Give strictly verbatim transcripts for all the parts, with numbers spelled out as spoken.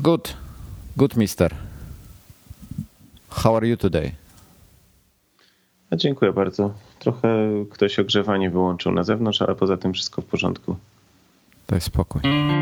Good. Good, mister. How are you today? A dziękuję bardzo. Trochę ktoś ogrzewanie wyłączył na zewnątrz, ale poza tym wszystko w porządku. Daj spokój.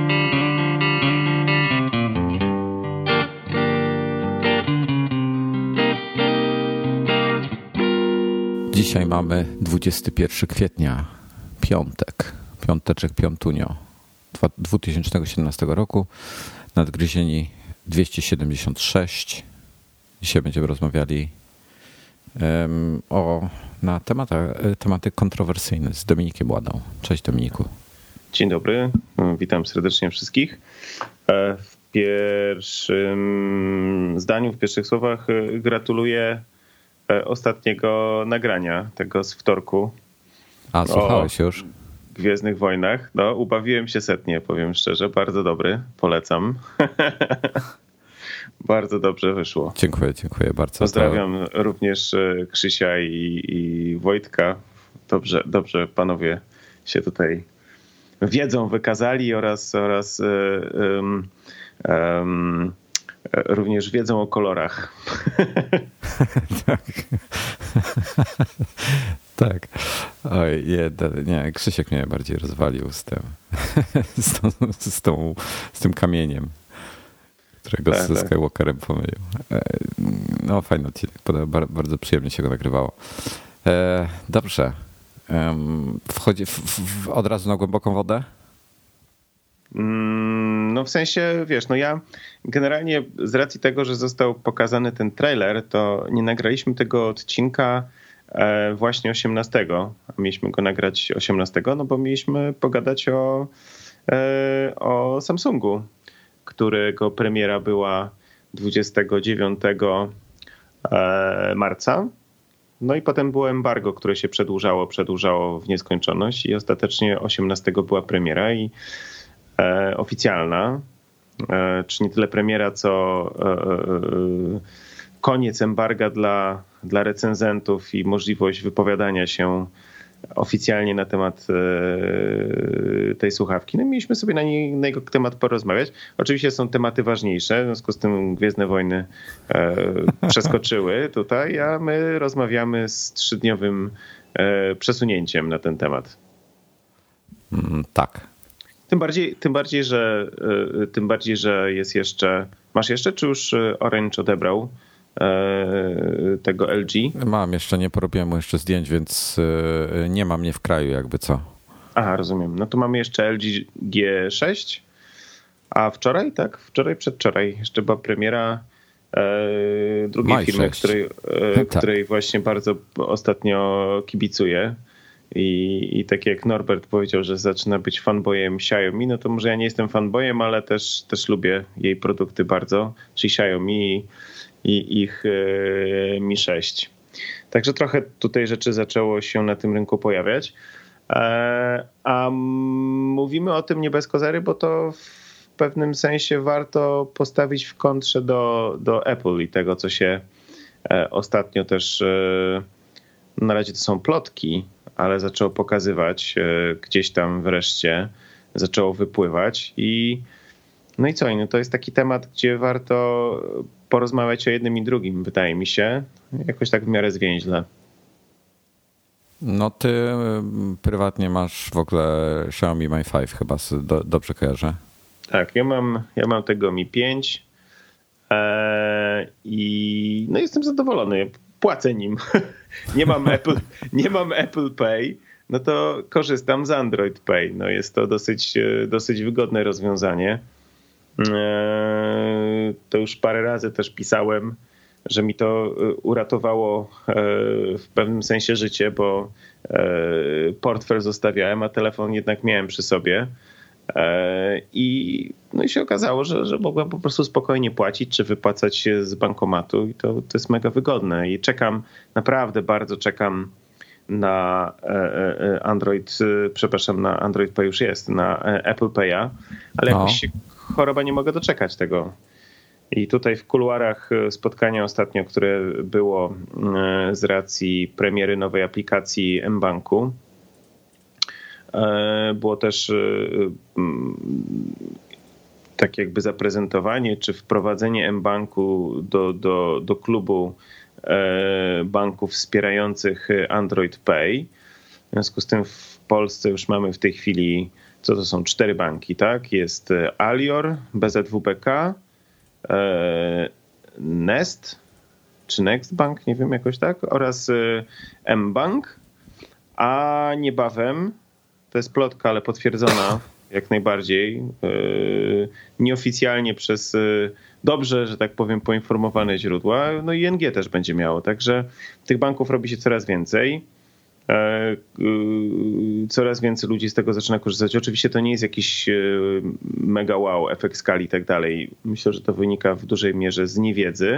Dzisiaj mamy dwudziestego pierwszego kwietnia, piątek, piąteczek, piątunio dwa tysiące siedemnastego roku, nadgryzieni dwieście siedemdziesiąt sześć. Dzisiaj będziemy rozmawiali um, o, na tematach, tematy kontrowersyjne z Dominikiem Ładą. Cześć Dominiku. Dzień dobry, witam serdecznie wszystkich. W pierwszym zdaniu, w pierwszych słowach gratuluję ostatniego nagrania, tego z wtorku. A, słuchałeś już? W Gwiezdnych Wojnach. No, ubawiłem się setnie, powiem szczerze. Bardzo dobry, polecam. Bardzo dobrze wyszło. Dziękuję, dziękuję bardzo. Pozdrawiam to... również Krzysia i, i Wojtka. Dobrze, dobrze panowie się tutaj wiedzą wykazali oraz, oraz um, um, również wiedzą o kolorach. Tak. Tak. Oj, nie, nie, Krzysiek mnie bardziej rozwalił z tym, z, tą, z, tą, z tym kamieniem, którego tak, ze Skywalkerem pomylił. No fajny odcinek, bardzo przyjemnie się go nagrywało. Dobrze. Wchodzi w, w, od razu na głęboką wodę? No w sensie, wiesz, no ja generalnie z racji tego, że został pokazany ten trailer, to nie nagraliśmy tego odcinka właśnie osiemnastego. Mieliśmy go nagrać osiemnastego, no bo mieliśmy pogadać o, o Samsungu, którego premiera była dwudziestego dziewiątego marca. No i potem było embargo, które się przedłużało, przedłużało w nieskończoność i ostatecznie osiemnastego była premiera i e, oficjalna, e, czy nie tyle premiera, co e, e, koniec embarga dla, dla recenzentów i możliwość wypowiadania się oficjalnie na temat e, tej słuchawki. No i mieliśmy sobie na, nie, na jego temat porozmawiać. Oczywiście są tematy ważniejsze, w związku z tym Gwiezdne Wojny e, przeskoczyły tutaj, a my rozmawiamy z trzydniowym e, przesunięciem na ten temat. Mm, tak. Tym bardziej, tym bardziej, że e, tym bardziej, że jest jeszcze... Masz jeszcze, czy już Orange odebrał tego L G? Mam, jeszcze nie porobiłem mu jeszcze zdjęć, więc nie ma mnie w kraju jakby co. Aha, rozumiem. No to mamy jeszcze L G G sześć, a wczoraj, tak? Wczoraj, przedwczoraj jeszcze była premiera e, drugiej Maj firmy, sześć. której, e, tak. której właśnie bardzo ostatnio kibicuję. I, I tak jak Norbert powiedział, że zaczyna być fanboyem Xiaomi, no to może ja nie jestem fanboyem, ale też, też lubię jej produkty bardzo, czyli Xiaomi i ich Mi sześć. Także trochę tutaj rzeczy zaczęło się na tym rynku pojawiać. A mówimy o tym nie bez kozery, bo to w pewnym sensie warto postawić w kontrze do, do Apple i tego, co się ostatnio też, na razie to są plotki, ale zaczęło pokazywać gdzieś tam wreszcie, zaczęło wypływać i no i co? No to jest taki temat, gdzie warto porozmawiać o jednym i drugim, wydaje mi się, jakoś tak w miarę zwięźle. No ty prywatnie masz w ogóle Xiaomi Mi pięć chyba, do, dobrze kojarzę. Tak, ja mam, ja mam tego Mi pięć e, i no jestem zadowolony, płacę nim. nie, mam Apple, nie mam Apple Pay, no to korzystam z Android Pay. No jest to dosyć, dosyć wygodne rozwiązanie. To już parę razy też pisałem, że mi to uratowało w pewnym sensie życie, bo portfel zostawiałem, a telefon jednak miałem przy sobie. I, no i się okazało, że, że mogłem po prostu spokojnie płacić, czy wypłacać się z bankomatu i to, to jest mega wygodne. I czekam, naprawdę bardzo czekam na Android, przepraszam, na Android Pay już jest, na Apple Pay'a, ale no. jakoś się choroba nie mogę doczekać tego. I tutaj w kuluarach spotkania ostatnio, które było z racji premiery nowej aplikacji mBanku, było też tak jakby zaprezentowanie czy wprowadzenie mBanku do, do, do klubu banków wspierających Android Pay. W związku z tym w Polsce już mamy w tej chwili, co to są cztery banki, tak? Jest Alior, B Z W B K, Nest, czy Next Bank, nie wiem jakoś tak, oraz mBank, a niebawem, to jest plotka, ale potwierdzona jak najbardziej, nieoficjalnie przez dobrze, że tak powiem, poinformowane źródła, no i I N G też będzie miało, także tych banków robi się coraz więcej. Coraz więcej ludzi z tego zaczyna korzystać. Oczywiście to nie jest jakiś mega wow, efekt skali i tak dalej. Myślę, że to wynika w dużej mierze z niewiedzy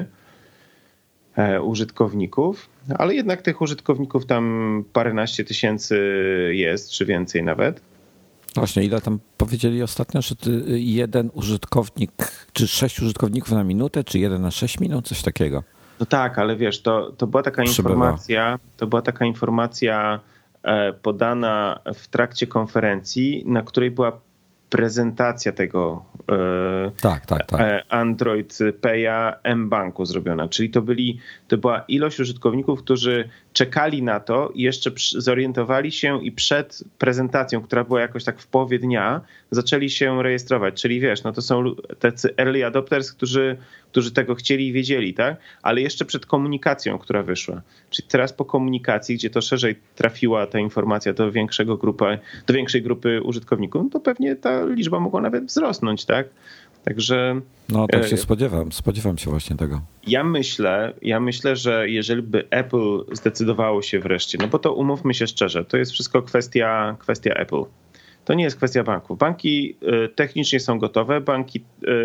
użytkowników, ale jednak tych użytkowników tam paręnaście tysięcy jest, czy więcej nawet. Właśnie, ile tam powiedzieli ostatnio, że jeden użytkownik, czy sześć użytkowników na minutę, czy jeden na sześć minut, coś takiego. No tak, ale wiesz, to, to była taka Przybywa. informacja, to była taka informacja podana w trakcie konferencji, na której była prezentacja tego tak, tak, tak. Android Pay'a mBanku zrobiona. Czyli to byli, to była ilość użytkowników, którzy czekali na to i jeszcze zorientowali się i przed prezentacją, która była jakoś tak w połowie dnia, zaczęli się rejestrować. Czyli wiesz, no to są tacy early adopters, którzy, którzy tego chcieli i wiedzieli, tak? Ale jeszcze przed komunikacją, która wyszła. Czyli teraz po komunikacji, gdzie to szerzej trafiła ta informacja do większego grupy, do większej grupy użytkowników, no to pewnie ta liczba mogła nawet wzrosnąć, tak? Także... No tak się spodziewam, spodziewam się właśnie tego. Ja myślę, ja myślę, że jeżeli by Apple zdecydowało się wreszcie, no bo to umówmy się szczerze, to jest wszystko kwestia, kwestia Apple. To nie jest kwestia banków. Banki technicznie są gotowe, banki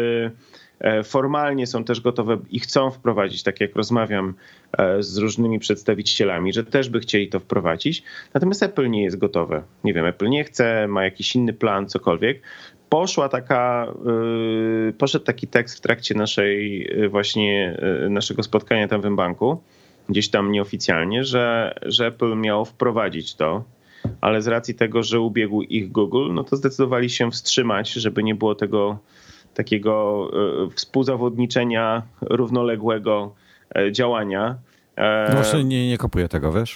formalnie są też gotowe i chcą wprowadzić, tak jak rozmawiam z różnymi przedstawicielami, że też by chcieli to wprowadzić. Natomiast Apple nie jest gotowe. Nie wiem, Apple nie chce, ma jakiś inny plan, cokolwiek. Poszła taka, poszedł taki tekst w trakcie naszej właśnie naszego spotkania tam w mBanku, gdzieś tam nieoficjalnie, że, że Apple miało wprowadzić to, ale z racji tego, że ubiegł ich Google, no to zdecydowali się wstrzymać, żeby nie było tego takiego współzawodniczenia, równoległego działania. No właśnie nie, nie kopuję tego, wiesz?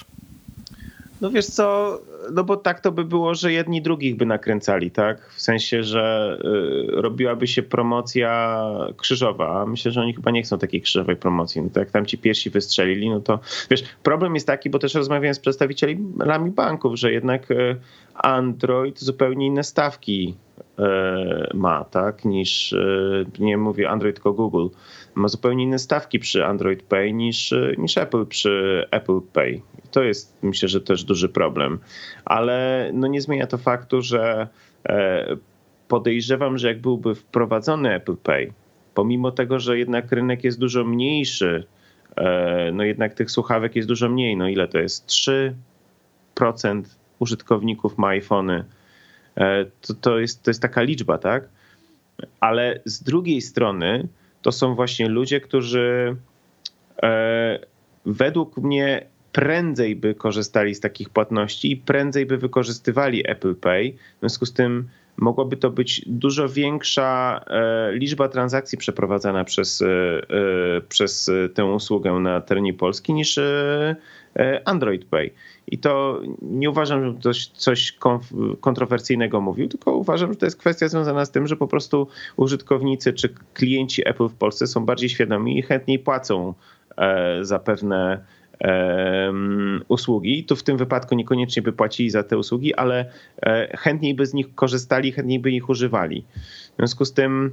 No wiesz co, no bo tak to by było, że jedni drugich by nakręcali, tak? W sensie, że y, robiłaby się promocja krzyżowa, a myślę, że oni chyba nie chcą takiej krzyżowej promocji. No to jak tam ci pierwsi wystrzelili, no to wiesz, problem jest taki, bo też rozmawiałem z przedstawicielami banków, że jednak Android zupełnie inne stawki ma, tak, niż, nie mówię Android, tylko Google, ma zupełnie inne stawki przy Android Pay niż, niż Apple przy Apple Pay. To jest, myślę, że też duży problem. Ale no nie zmienia to faktu, że podejrzewam, że jak byłby wprowadzony Apple Pay, pomimo tego, że jednak rynek jest dużo mniejszy, no jednak tych słuchawek jest dużo mniej, no ile to jest? trzy procent użytkowników ma iPhony. To, to, jest, to jest taka liczba, tak? Ale z drugiej strony to są właśnie ludzie, którzy e, według mnie prędzej by korzystali z takich płatności i prędzej by wykorzystywali Apple Pay. W związku z tym mogłaby to być dużo większa e, liczba transakcji przeprowadzana przez, e, przez tę usługę na terenie Polski niż e, Android Pay. I to nie uważam, że ktoś coś kontrowersyjnego mówił, tylko uważam, że to jest kwestia związana z tym, że po prostu użytkownicy czy klienci Apple w Polsce są bardziej świadomi i chętniej płacą za pewne usługi. Tu w tym wypadku niekoniecznie by płacili za te usługi, ale chętniej by z nich korzystali, chętniej by ich używali. W związku z tym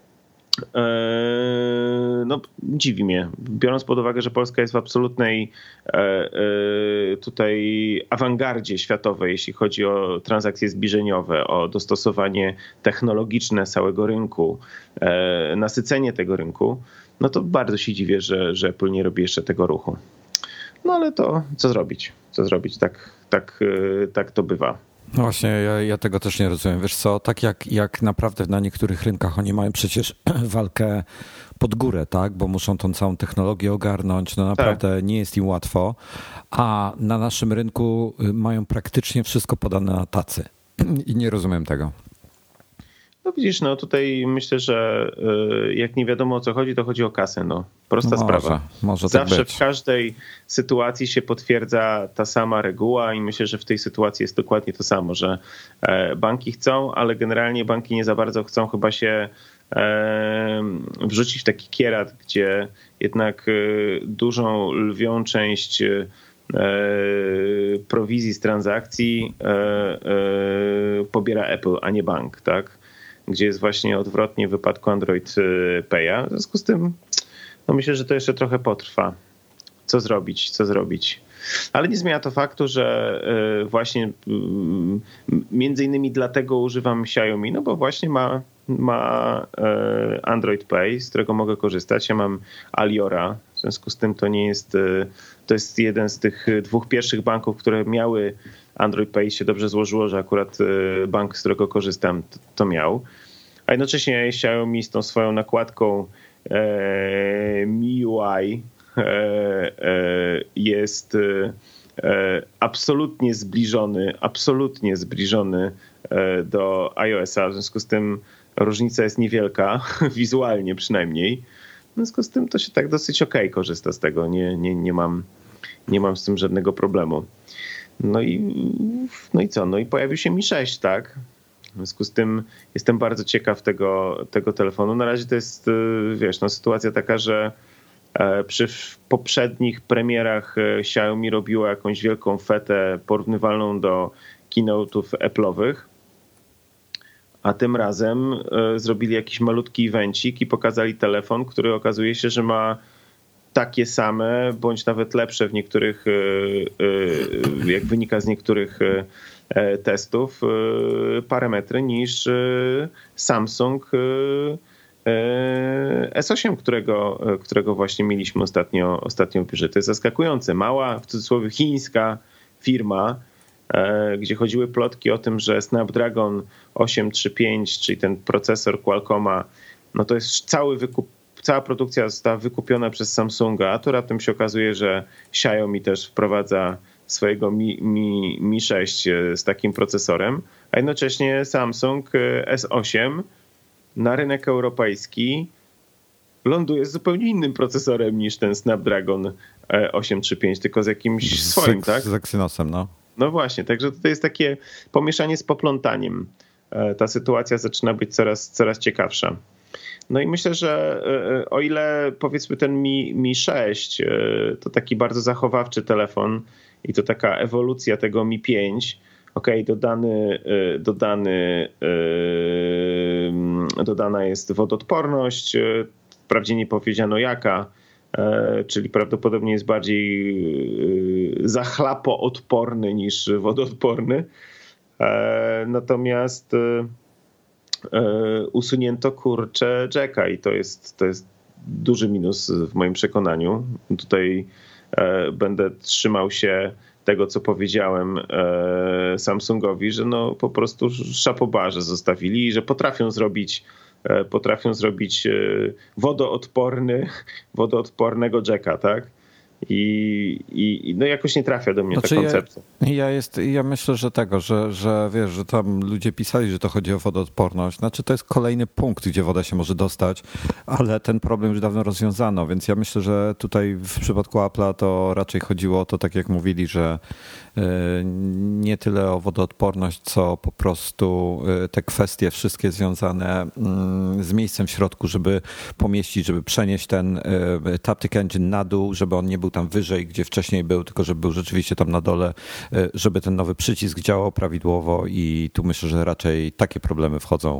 no, dziwi mnie, biorąc pod uwagę, że Polska jest w absolutnej tutaj awangardzie światowej, jeśli chodzi o transakcje zbliżeniowe, o dostosowanie technologiczne całego rynku, nasycenie tego rynku, no to bardzo się dziwię, że, że Apple nie robi jeszcze tego ruchu. No ale to co zrobić? Co zrobić? Tak, tak, tak to bywa. No właśnie, ja, ja tego też nie rozumiem. Wiesz co, tak jak, jak naprawdę na niektórych rynkach oni mają przecież walkę pod górę, tak? Bo muszą tą całą technologię ogarnąć, no naprawdę tak. Nie jest im łatwo, a na naszym rynku mają praktycznie wszystko podane na tacy i nie rozumiem tego. No widzisz, no tutaj myślę, że jak nie wiadomo o co chodzi, to chodzi o kasę. No. Prosta może, sprawa. Może Zawsze tak być. W każdej sytuacji się potwierdza ta sama reguła i myślę, że w tej sytuacji jest dokładnie to samo, że banki chcą, ale generalnie banki nie za bardzo chcą chyba się wrzucić w taki kierat, gdzie jednak dużą, lwią część prowizji z transakcji pobiera Apple, a nie bank, tak? Gdzie jest właśnie odwrotnie w wypadku Android Pay'a. W związku z tym no myślę, że to jeszcze trochę potrwa. Co zrobić, co zrobić. Ale nie zmienia to faktu, że właśnie między innymi dlatego używam Xiaomi, no bo właśnie ma, ma Android Pay, z którego mogę korzystać. Ja mam Aliora, w związku z tym to nie jest, to jest jeden z tych dwóch pierwszych banków, które miały Android Pay. Się dobrze złożyło, że akurat bank, z którego korzystam, to, to miał. A jednocześnie Xiaomi z tą swoją nakładką e, M I U I e, e, jest e, absolutnie zbliżony, absolutnie zbliżony do iOS-a. W związku z tym różnica jest niewielka, wizualnie przynajmniej. W związku z tym to się tak dosyć okej korzysta z tego. Nie, nie, nie, mam, nie mam z tym żadnego problemu. No i, no i co? No i pojawił się Mi sześć, tak? W związku z tym jestem bardzo ciekaw tego, tego telefonu. Na razie to jest, wiesz, no sytuacja taka, że przy poprzednich premierach Xiaomi robiło jakąś wielką fetę porównywalną do keynote'ów Apple'owych, a tym razem zrobili jakiś malutki evencik i pokazali telefon, który okazuje się, że ma takie same, bądź nawet lepsze w niektórych, jak wynika z niektórych testów, parametry niż Samsung S osiem, którego, którego właśnie mieliśmy ostatnio, ostatnio w biurze. To jest zaskakujące. Mała, w cudzysłowie chińska firma, gdzie chodziły plotki o tym, że Snapdragon osiemset trzydzieści pięć, czyli ten procesor Qualcomma, no to jest cały wykup, cała produkcja została wykupiona przez Samsunga, a tu raptem się okazuje, że Xiaomi też wprowadza swojego Mi, Mi, Mi sześć z takim procesorem, a jednocześnie Samsung S osiem na rynek europejski ląduje z zupełnie innym procesorem niż ten Snapdragon osiemset trzydzieści pięć, tylko z jakimś z, swoim, tak? Z Exynosem, no. No właśnie, także to jest takie pomieszanie z poplątaniem. Ta sytuacja zaczyna być coraz, coraz ciekawsza. No i myślę, że o ile powiedzmy ten Mi, Mi sześć to taki bardzo zachowawczy telefon i to taka ewolucja tego Mi pięć, okej, okay, dodany, dodany, dodana jest wodoodporność, wprawdzie nie powiedziano jaka, czyli prawdopodobnie jest bardziej zachlapoodporny niż wodoodporny. Natomiast usunięto kurczę jacka i to jest, to jest duży minus w moim przekonaniu. Tutaj będę trzymał się tego, co powiedziałem Samsungowi, że no po prostu szapobarze zostawili i że potrafią zrobić potrafią zrobić wodoodporny, wodoodpornego jacka, tak? I, i no jakoś nie trafia do mnie znaczy ta koncepcja. Ja, ja, jest, ja myślę, że tego, że, że wiesz, że tam ludzie pisali, że to chodzi o wodoodporność. Znaczy to jest kolejny punkt, gdzie woda się może dostać, ale ten problem już dawno rozwiązano, więc ja myślę, że tutaj w przypadku Apple'a to raczej chodziło o to, tak jak mówili, że nie tyle o wodoodporność, co po prostu te kwestie wszystkie związane z miejscem w środku, żeby pomieścić, żeby przenieść ten Taptic Engine na dół, żeby on nie był tam wyżej, gdzie wcześniej był, tylko żeby był rzeczywiście tam na dole, żeby ten nowy przycisk działał prawidłowo i tu myślę, że raczej takie problemy wchodzą.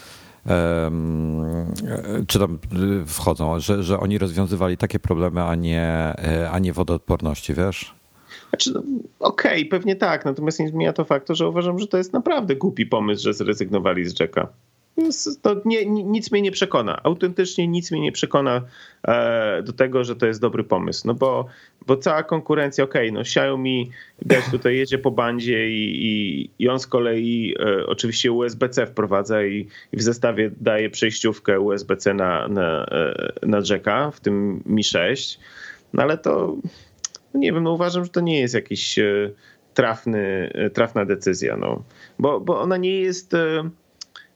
Czy tam wchodzą, że, że oni rozwiązywali takie problemy, a nie, a nie wodoodporności, wiesz? Znaczy, no, okej, okay, pewnie tak, natomiast nie zmienia to faktu, że uważam, że to jest naprawdę głupi pomysł, że zrezygnowali z jacka. To nie, nic mnie nie przekona. Autentycznie nic mnie nie przekona do tego, że to jest dobry pomysł. No bo, bo cała konkurencja, okej, okay, no Xiaomi widać tutaj jedzie po bandzie i, i, i on z kolei e, oczywiście U S B C wprowadza i, i w zestawie daje przejściówkę U S B C na, na, na jacka, w tym Mi sześć. No ale to nie wiem, no uważam, że to nie jest jakiś trafny, trafna decyzja, no. Bo, bo ona nie jest...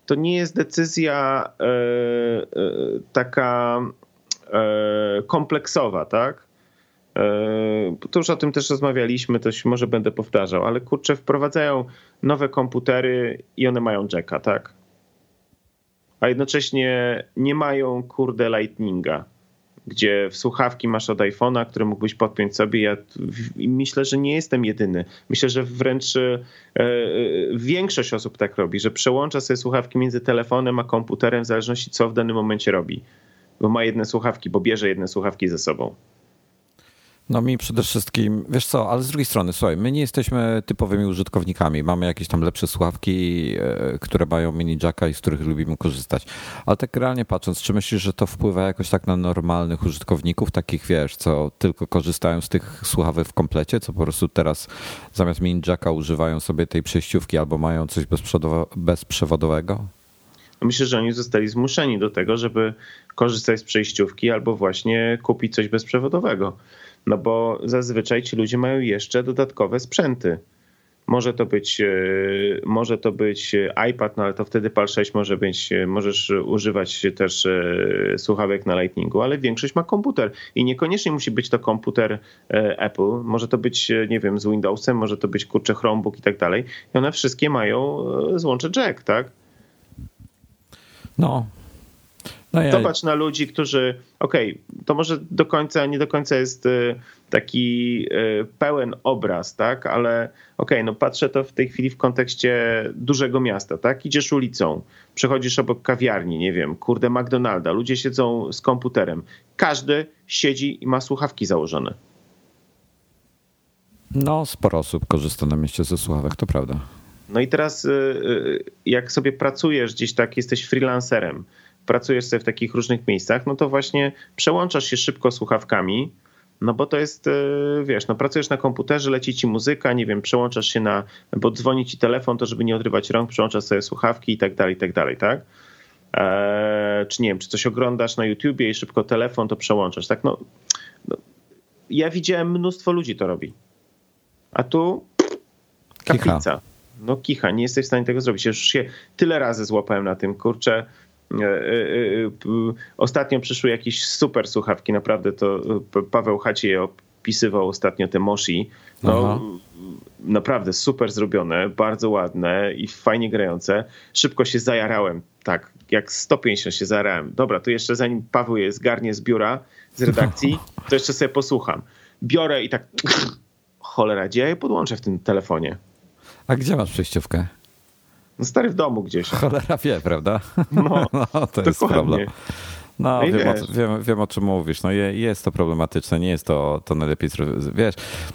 to nie jest decyzja e, e, taka e, kompleksowa, tak? E, to już o tym też rozmawialiśmy, to się może będę powtarzał, ale kurczę, wprowadzają nowe komputery i one mają jacka, tak? A jednocześnie nie mają, kurde, lightninga, gdzie w słuchawki masz od iPhone'a, które mógłbyś podpiąć sobie. Ja myślę, że nie jestem jedyny. Myślę, że wręcz e, większość osób tak robi, że przełącza sobie słuchawki między telefonem a komputerem w zależności co w danym momencie robi. Bo ma jedne słuchawki, bo bierze jedne słuchawki ze sobą. No mi przede wszystkim, wiesz co, ale z drugiej strony, słuchaj, my nie jesteśmy typowymi użytkownikami. Mamy jakieś tam lepsze słuchawki, które mają mini jacka i z których lubimy korzystać. Ale tak realnie patrząc, czy myślisz, że to wpływa jakoś tak na normalnych użytkowników, takich wiesz, co tylko korzystają z tych słuchawek w komplecie, co po prostu teraz zamiast mini jacka używają sobie tej przejściówki albo mają coś bezprzewodowego? Myślę, że oni zostali zmuszeni do tego, żeby korzystać z przejściówki albo właśnie kupić coś bezprzewodowego. No bo zazwyczaj ci ludzie mają jeszcze dodatkowe sprzęty. Może to być, może to być iPad, no ale to wtedy P A L sześć może być, możesz używać też słuchawek na Lightningu, ale większość ma komputer i niekoniecznie musi być to komputer Apple. Może to być, nie wiem, z Windowsem, może to być, kurczę, Chromebook i tak dalej. I one wszystkie mają złącze jack, tak? No. No ja... Zobacz na ludzi, którzy, okej, okay, to może do końca, nie do końca jest taki pełen obraz, tak, ale okej, okay, no patrzę to w tej chwili w kontekście dużego miasta, tak, idziesz ulicą, przechodzisz obok kawiarni, nie wiem, kurde, McDonalda, ludzie siedzą z komputerem, każdy siedzi i ma słuchawki założone. No, sporo osób korzysta na mieście ze słuchawek, to prawda. No i teraz jak sobie pracujesz gdzieś tak, jesteś freelancerem, pracujesz sobie w takich różnych miejscach, no to właśnie przełączasz się szybko słuchawkami, no bo to jest, wiesz, no pracujesz na komputerze, leci ci muzyka, nie wiem, przełączasz się na, bo dzwoni ci telefon, to żeby nie odrywać rąk, przełączasz sobie słuchawki i tak dalej, i tak dalej, tak? Eee, czy nie wiem, czy coś oglądasz na YouTubie i szybko telefon, to przełączasz, tak? No, no ja widziałem, mnóstwo ludzi to robi. A tu kaplica. Kicha. No kicha, nie jesteś w stanie tego zrobić. Już się tyle razy złapałem na tym, kurczę. Ostatnio przyszły jakieś super słuchawki, naprawdę to Paweł Hacie je opisywał ostatnio, te Moshi. No, aha, naprawdę super zrobione, bardzo ładne i fajnie grające. Szybko się zajarałem, tak, jak sto pięćdziesiąt się zajarałem. Dobra, to jeszcze zanim Paweł je zgarnie z biura, z redakcji, to jeszcze sobie posłucham. Biorę i tak, cholera, gdzie ja je podłączę w tym telefonie? A gdzie masz przejściówkę? No stary, w domu gdzieś. Cholera wie, prawda? No, no to dokładnie. Jest problem. No, no wiem, o, wiem, wiem o czym mówisz. No jest to problematyczne, nie jest to, to najlepiej, wiesz.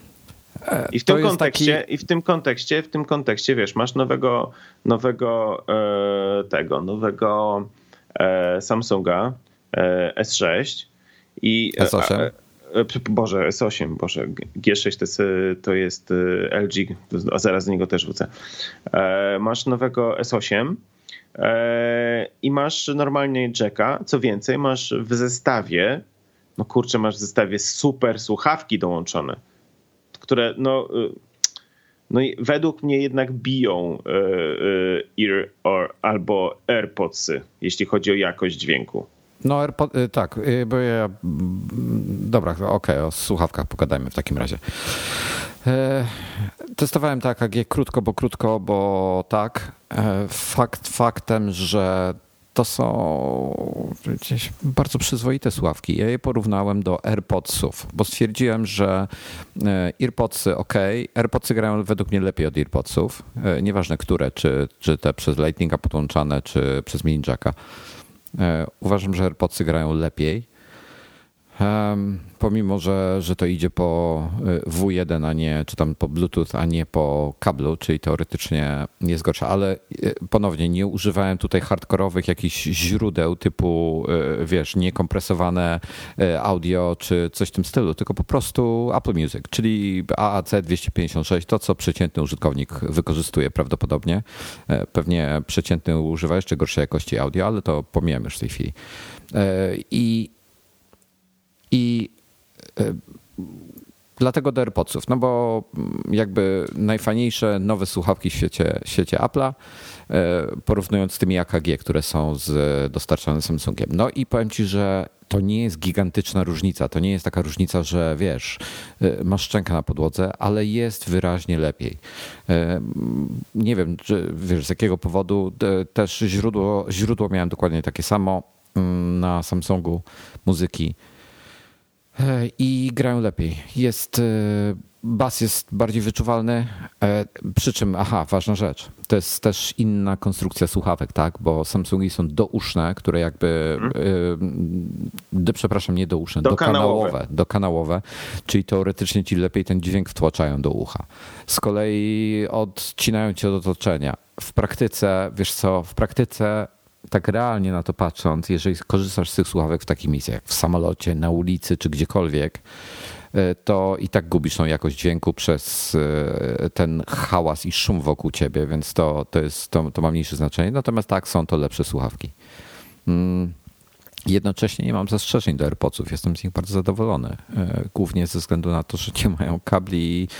I w tym kontekście, taki... i w tym kontekście, w tym kontekście, wiesz, masz nowego, nowego e, tego, nowego e, Samsunga e, S sześć i S osiem. E, Boże, S osiem, Boże, G sześć to jest, to jest L G, a zaraz z niego też wrócę. Masz nowego S osiem i masz normalnie jacka, co więcej, masz w zestawie, no kurczę, masz w zestawie super słuchawki dołączone, które no, no i według mnie jednak biją Ear or, albo AirPodsy, jeśli chodzi o jakość dźwięku. No AirPod, tak, bo ja, dobra, okej, okay, o słuchawkach pogadajmy w takim razie. Testowałem te A K G krótko, bo krótko, bo tak. Fakt faktem, że to są bardzo przyzwoite słuchawki. Ja je porównałem do AirPodsów, bo stwierdziłem, że AirPodsy ok, AirPodsy grają według mnie lepiej od AirPodsów. Nieważne które, czy, czy te przez Lightninga podłączane, czy przez mini jacka. Uważam, że AirPodsy grają lepiej, um, pomimo, że, że to idzie po W jeden, a nie, czy tam po Bluetooth, a nie po kablu, czyli teoretycznie jest gorsza, ale ponownie nie używałem tutaj hardkorowych jakichś źródeł typu, wiesz, niekompresowane audio, czy coś w tym stylu, tylko po prostu Apple Music, czyli A A C dwieście pięćdziesiąt sześć, to co przeciętny użytkownik wykorzystuje prawdopodobnie. Pewnie przeciętny używa jeszcze gorszej jakości audio, ale to pomijamy już w tej chwili. I I Dlatego do AirPodsów, no bo jakby najfajniejsze nowe słuchawki w świecie, świecie Apple'a, porównując z tymi A K G, które są z, dostarczane Samsungiem. No i powiem ci, że to nie jest gigantyczna różnica. To nie jest taka różnica, że wiesz, masz szczękę na podłodze, ale jest wyraźnie lepiej. Nie wiem, czy, wiesz, z jakiego powodu. Też źródło, źródło miałem dokładnie takie samo na Samsungu muzyki. I grają lepiej. Jest, bas jest bardziej wyczuwalny, przy czym, aha, ważna rzecz, to jest też inna konstrukcja słuchawek, tak, bo Samsungi są douszne, które jakby, hmm. y, przepraszam, nie douszne, dokanałowe. dokanałowe, dokanałowe, czyli teoretycznie ci lepiej ten dźwięk wtłaczają do ucha. Z kolei odcinają cię od otoczenia. W praktyce, wiesz co, w praktyce tak realnie na to patrząc, jeżeli korzystasz z tych słuchawek w takich miejscach jak w samolocie, na ulicy czy gdziekolwiek, to i tak gubisz tą jakość dźwięku przez ten hałas i szum wokół ciebie, więc to, to, jest, to, to ma mniejsze znaczenie. Natomiast tak, są to lepsze słuchawki. Jednocześnie nie mam zastrzeżeń do AirPodsów. Jestem z nich bardzo zadowolony. Głównie ze względu na to, że nie mają kabli i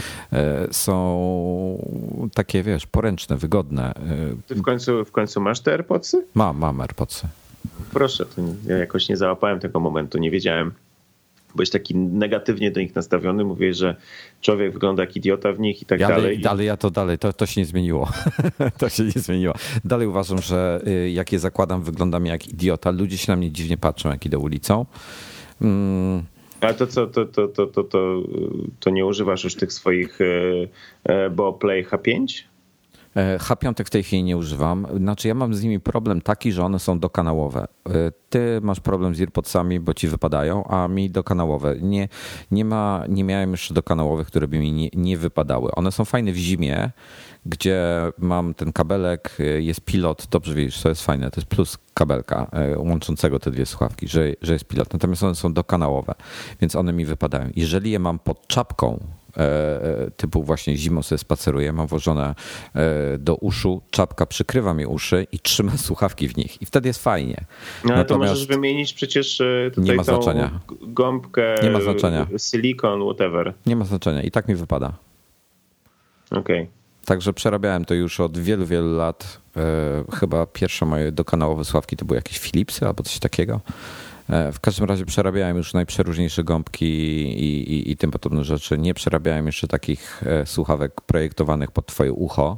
są takie, wiesz, poręczne, wygodne. Ty w końcu, w końcu masz te AirPodsy? Mam, mam AirPodsy. Proszę, to ja jakoś nie załapałem tego momentu, nie wiedziałem. Byłeś taki negatywnie do nich nastawiony, mówię, że człowiek wygląda jak idiota w nich i tak ja, dalej. Dalej ja to dalej, to, to się nie zmieniło. To się nie zmieniło. Dalej uważam, że jak je zakładam, wyglądam jak idiota. Ludzie się na mnie dziwnie patrzą, jak idę ulicą. Mm. Ale to co, to, to, to, to, to, to nie używasz już tych swoich Boplay H pięć? H pięć w tej chwili nie używam. Znaczy ja mam z nimi problem taki, że one są dokanałowe. Ty masz problem z AirPodsami, bo ci wypadają, a mi dokanałowe. Nie, nie, ma, nie miałem jeszcze dokanałowych, które by mi nie, nie wypadały. One są fajne w zimie, gdzie mam ten kabelek, jest pilot, dobrze wiesz, to jest fajne, to jest plus kabelka łączącego te dwie słuchawki, że, że jest pilot. Natomiast one są dokanałowe, więc one mi wypadają. Jeżeli je mam pod czapką, typu właśnie zimą sobie spaceruję, mam włożone do uszu, czapka przykrywa mi uszy i trzyma słuchawki w nich i wtedy jest fajnie. No ale to możesz wymienić przecież tutaj nie ma tą znaczenia. gąbkę, nie ma znaczenia. silikon, whatever. Nie ma znaczenia i tak mi wypada. Okej. Okay. Także przerabiałem to już od wielu, wielu lat. Chyba pierwsze moje dokanałowe słuchawki to były jakieś Philipsy albo coś takiego. W każdym razie przerabiałem już najprzeróżniejsze gąbki i, i, i tym podobne rzeczy. Nie przerabiałem jeszcze takich słuchawek projektowanych pod twoje ucho,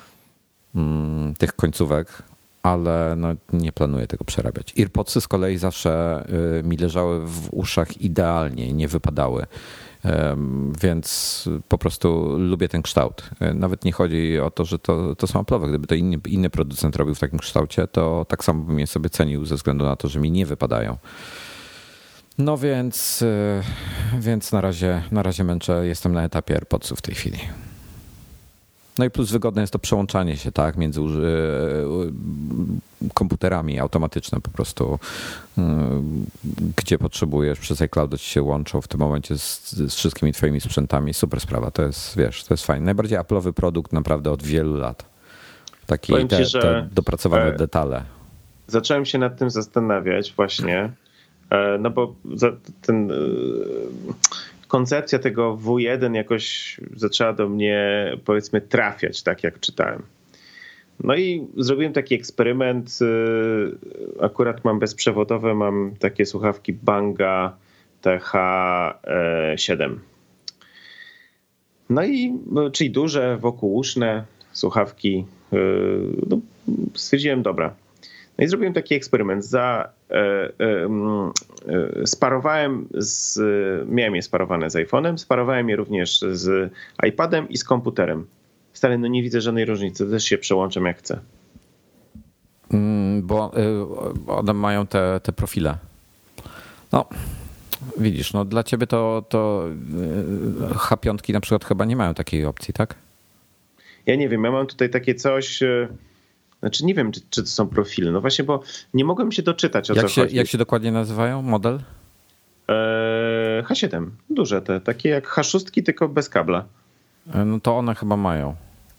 tych końcówek, ale no nie planuję tego przerabiać. AirPodsy z kolei zawsze mi leżały w uszach idealnie, nie wypadały. Więc po prostu lubię ten kształt. Nawet nie chodzi o to, że to, to są Apple'owe. Gdyby to inny, inny producent robił w takim kształcie, to tak samo bym je sobie cenił ze względu na to, że mi nie wypadają. No więc, więc na razie, na razie męczę. Jestem na etapie AirPodsów w tej chwili. No i plus wygodne jest to przełączanie się, tak, między komputerami automatyczne po prostu, gdzie potrzebujesz, przez iCloud ci się łączą w tym momencie z, z wszystkimi twoimi sprzętami. Super sprawa, to jest, wiesz, to jest fajne. Najbardziej Apple'owy produkt naprawdę od wielu lat. Takie te, ci, te dopracowane detale. Zacząłem się nad tym zastanawiać właśnie, no bo ten... koncepcja tego W jeden jakoś zaczęła do mnie, powiedzmy, trafiać, tak jak czytałem. No i zrobiłem taki eksperyment. Akurat mam bezprzewodowe, mam takie słuchawki Banga T H siedem. No i, czyli duże, wokółuszne słuchawki. No, stwierdziłem, dobra. No i zrobiłem taki eksperyment. Za, e, e, sparowałem, z, miałem je sparowane z iPhone'em, sparowałem je również z iPadem i z komputerem. Stary, no nie widzę żadnej różnicy, też się przełączam jak chcę. Mm, bo y, one mają te, te profile. No, widzisz, no dla ciebie to, to y, H pięć na przykład chyba nie mają takiej opcji, tak? Ja nie wiem, ja mam tutaj takie coś... Y, Znaczy nie wiem, czy, czy to są profile. No właśnie, bo nie mogłem się doczytać, o jak co się, chodzi. Jak się dokładnie nazywają? Model? Eee, H siedem. Duże te. Takie jak H sześć, tylko bez kabla. No to one chyba mają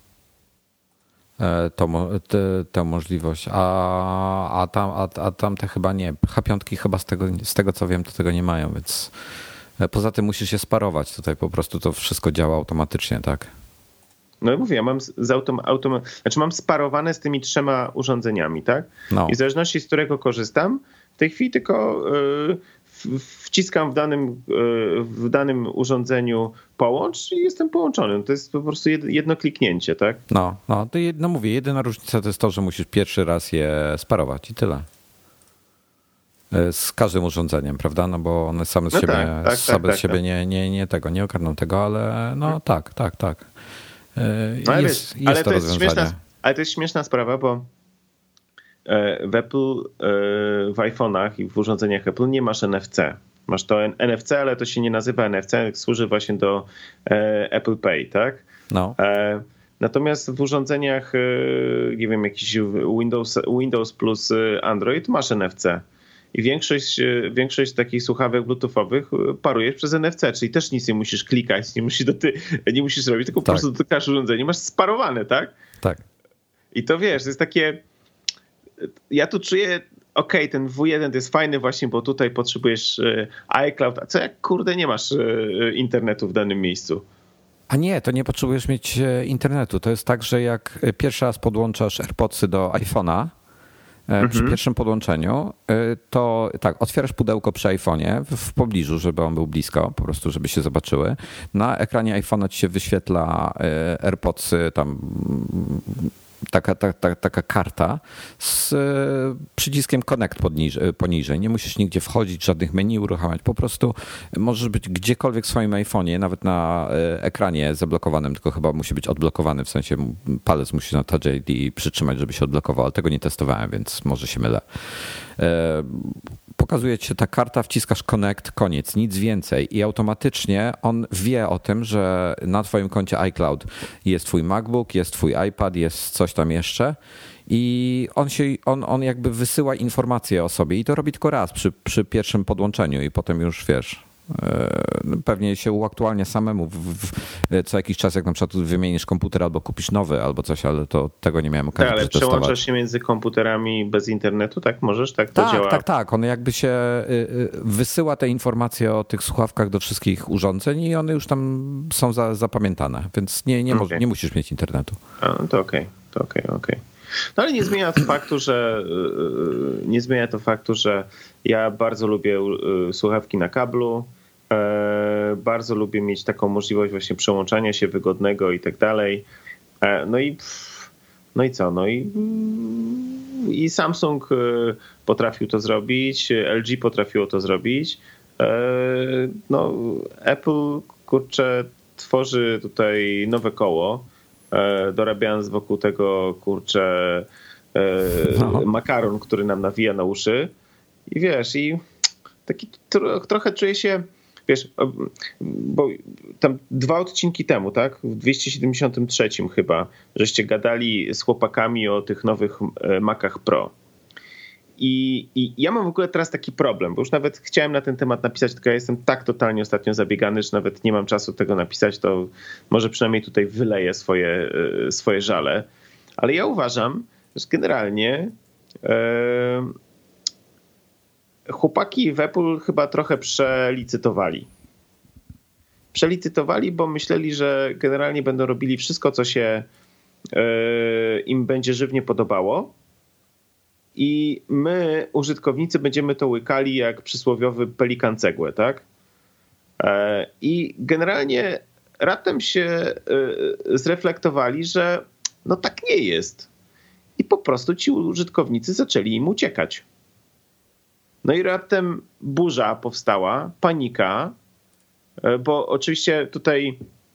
tę możliwość. A, a, tam, a, a tamte chyba nie. H pięć chyba z tego, z tego co wiem, to tego nie mają, więc Poza tym musisz się sparować. Tutaj po prostu to wszystko działa automatycznie, tak? No mówię, ja mam z autom, autom, znaczy mam sparowane z tymi trzema urządzeniami, tak? No. I w zależności z którego korzystam, w tej chwili tylko yy, wciskam w danym, yy, w danym urządzeniu połącz i jestem połączony. To jest po prostu jedno kliknięcie, tak? No, no, to jedno mówię, jedyna różnica to jest to, że musisz pierwszy raz je sparować i tyle. Z każdym urządzeniem, prawda? No bo one same z no siebie, tak, tak, same tak, z siebie tak, nie, nie, nie tego, nie ogarną tego, ale no hmm. tak, tak, tak. No, ale jest, wiesz, jest ale to, to jest śmieszna, ale to jest śmieszna sprawa, bo w Apple, w iPhone'ach i w urządzeniach Apple nie masz N F C. Masz to N F C, ale to się nie nazywa N F C, służy właśnie do Apple Pay, tak? No. Natomiast w urządzeniach, nie wiem, jakiś Windows, Windows plus Android masz N F C. I większość, większość takich słuchawek bluetoothowych parujesz przez N F C, czyli też nic nie musisz klikać, nie musisz, doty, nie musisz robić, tylko tak. po prostu dotykasz urządzenie, masz sparowane, tak? Tak. I to wiesz, to jest takie, ja tu czuję, okej, okay, ten W jeden to jest fajny właśnie, bo tutaj potrzebujesz iCloud, a co jak kurde nie masz internetu w danym miejscu? A nie, to nie potrzebujesz mieć internetu. To jest tak, że jak pierwszy raz podłączasz AirPodsy do iPhone'a, przy mhm. pierwszym podłączeniu, to tak, otwierasz pudełko przy iPhone'ie w pobliżu, żeby on był blisko, po prostu, żeby się zobaczyły. Na ekranie iPhone'a ci się wyświetla AirPodsy, tam taka, taka, taka karta z przyciskiem Connect poniżej, poniżej. Nie musisz nigdzie wchodzić, żadnych menu uruchamiać. Po prostu możesz być gdziekolwiek w swoim iPhone'ie, nawet na ekranie zablokowanym, tylko chyba musi być odblokowany, w sensie palec musi na Touch I D przytrzymać, żeby się odblokował, ale tego nie testowałem, więc może się mylę. Pokazuje ci się ta karta, wciskasz Connect, koniec, nic więcej i automatycznie on wie o tym, że na twoim koncie iCloud jest twój MacBook, jest twój iPad, jest coś tam jeszcze i on się, on, on jakby wysyła informacje o sobie i to robi tylko raz przy, przy pierwszym podłączeniu i potem już wiesz, pewnie się uaktualnia samemu w, w, co jakiś czas, jak na przykład wymienisz komputer albo kupisz nowy albo coś, ale to tego nie miałem okazji tak, ale przetestować. Przełączasz się między komputerami bez internetu, tak? Możesz? Tak to tak, działa? Tak, tak. On jakby się wysyła te informacje o tych słuchawkach do wszystkich urządzeń i one już tam są za, zapamiętane, więc nie, nie, okay. mo- nie musisz mieć internetu. A, no to okej, okay. to okej, okay, okej. Okay. No ale nie zmienia to faktu, że nie zmienia to faktu, że ja bardzo lubię słuchawki na kablu. Bardzo lubię mieć taką możliwość właśnie przełączania się wygodnego i tak dalej. No i no i co? No i, i Samsung potrafił to zrobić, L G potrafiło to zrobić. No Apple, kurczę, tworzy tutaj nowe koło, dorabiając wokół tego, kurczę, no. makaron, który nam nawija na uszy. I wiesz, i taki tro, trochę czuję się, wiesz, bo tam dwa odcinki temu, tak, w dwieście siedemdziesiątym trzecim chyba, żeście gadali z chłopakami o tych nowych Macach Pro. I, I ja mam w ogóle teraz taki problem, bo już nawet chciałem na ten temat napisać, tylko ja jestem tak totalnie ostatnio zabiegany, że nawet nie mam czasu tego napisać, to może przynajmniej tutaj wyleję swoje, swoje żale. Ale ja uważam, że generalnie e, chłopaki w Apple chyba trochę przelicytowali. Przelicytowali, bo myśleli, że generalnie będą robili wszystko, co się e, im będzie żywnie podobało. I my, użytkownicy, będziemy to łykali jak przysłowiowy pelikan cegłę, tak? I generalnie raptem się zreflektowali, że no tak nie jest. I po prostu ci użytkownicy zaczęli im uciekać. No i raptem burza powstała, panika, bo oczywiście tutaj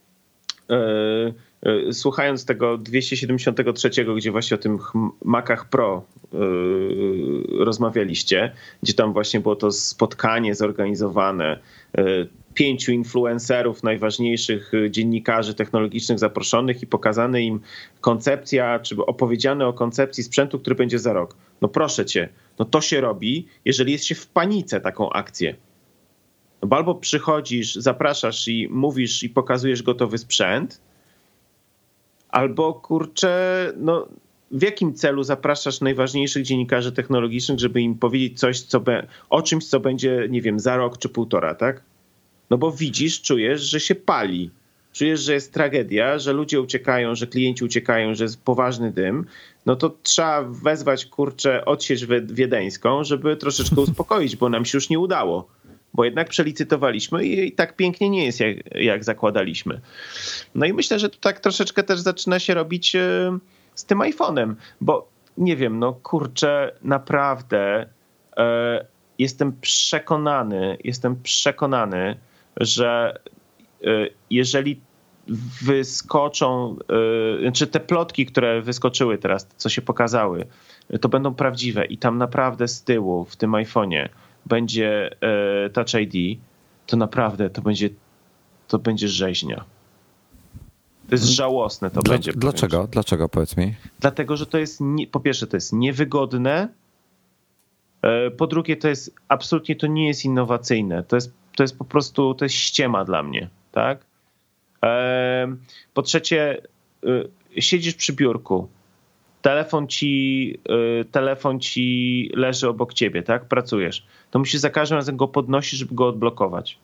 słuchając tego dwieście siedemdziesiątego trzeciego, gdzie właśnie o tym Macach Pro yy, rozmawialiście, gdzie tam właśnie było to spotkanie zorganizowane, yy, pięciu influencerów, najważniejszych dziennikarzy technologicznych zaproszonych i pokazane im koncepcja, czy opowiedziane o koncepcji sprzętu, który będzie za rok. No proszę cię, no to się robi, jeżeli jest się w panice taką akcję. No bo albo przychodzisz, zapraszasz i mówisz i pokazujesz gotowy sprzęt, albo kurczę, no w jakim celu zapraszasz najważniejszych dziennikarzy technologicznych, żeby im powiedzieć coś, co be, o czymś, co będzie, nie wiem, za rok czy półtora, tak? No bo widzisz, czujesz, że się pali. Czujesz, że jest tragedia, że ludzie uciekają, że klienci uciekają, że jest poważny dym, no to trzeba wezwać, kurczę, odsiecz wiedeńską, żeby troszeczkę uspokoić, bo nam się już nie udało. Bo jednak przelicytowaliśmy i tak pięknie nie jest, jak, jak zakładaliśmy. No i myślę, że to tak troszeczkę też zaczyna się robić z tym iPhone'em, bo nie wiem, no kurczę, naprawdę e, jestem przekonany, jestem przekonany, że e, jeżeli wyskoczą, e, znaczy te plotki, które wyskoczyły teraz, co się pokazały, to będą prawdziwe i tam naprawdę z tyłu w tym iPhone'ie będzie e, Touch I D, to naprawdę to będzie, to będzie rzeźnia. To jest żałosne to Dla, będzie. Dlaczego? Powiem. Dlaczego, powiedz mi? Dlatego, że to jest, nie, po pierwsze to jest niewygodne, e, po drugie to jest, absolutnie to nie jest innowacyjne. To jest, to jest po prostu, to jest ściema dla mnie, tak? E, po trzecie, e, siedzisz przy biurku, telefon ci, e, telefon ci leży obok ciebie, tak? Pracujesz. To musisz za każdym razem go podnosić, żeby go odblokować.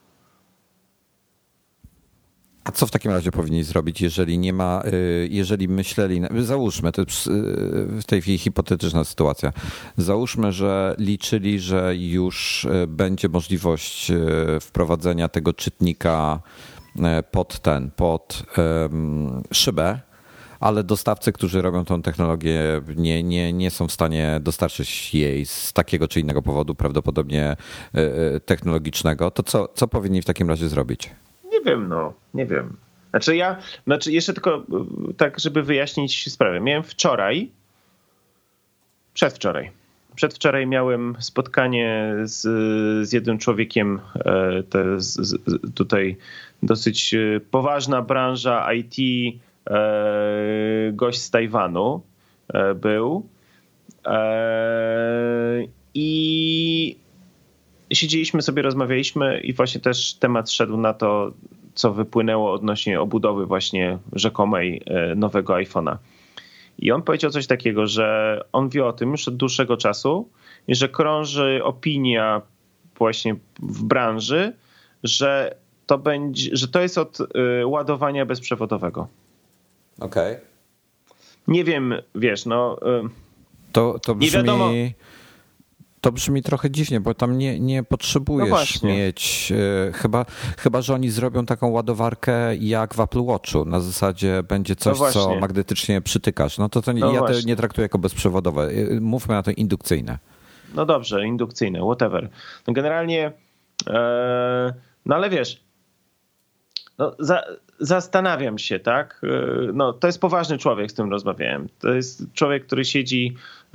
A co w takim razie powinni zrobić, jeżeli nie ma, jeżeli myśleli, załóżmy, to jest w tej chwili hipotetyczna sytuacja, załóżmy, że liczyli, że już będzie możliwość wprowadzenia tego czytnika pod ten, pod szybę, ale dostawcy, którzy robią tą technologię, nie, nie, nie są w stanie dostarczyć jej z takiego czy innego powodu, prawdopodobnie technologicznego, to co, co powinni w takim razie zrobić? Nie wiem, no, nie wiem. Znaczy ja, znaczy jeszcze tylko tak, żeby wyjaśnić sprawę. Miałem wczoraj, przedwczoraj, przedwczoraj miałem spotkanie z, z jednym człowiekiem, te, z, tutaj dosyć poważna branża I T, gość z Tajwanu był i siedzieliśmy sobie, rozmawialiśmy i właśnie też temat szedł na to, co wypłynęło odnośnie obudowy właśnie rzekomej nowego iPhone'a. I on powiedział coś takiego, że on wie o tym już od dłuższego czasu i że krąży opinia właśnie w branży, że to będzie, że to jest od ładowania bezprzewodowego. Okej. Okay. Nie wiem, wiesz, no... To, to brzmi... Nie wiadomo... To brzmi trochę dziwnie, bo tam nie, nie potrzebujesz no mieć, y, chyba, chyba że oni zrobią taką ładowarkę jak w Apple Watchu. Na zasadzie będzie coś, no co magnetycznie przytykasz. No to, to nie, no ja to nie traktuję jako bezprzewodowe. Mówmy na to indukcyjne. No dobrze, indukcyjne, whatever. No generalnie, e, no ale wiesz, no za, zastanawiam się, tak? No to jest poważny człowiek, z którym rozmawiałem. To jest człowiek, który siedzi,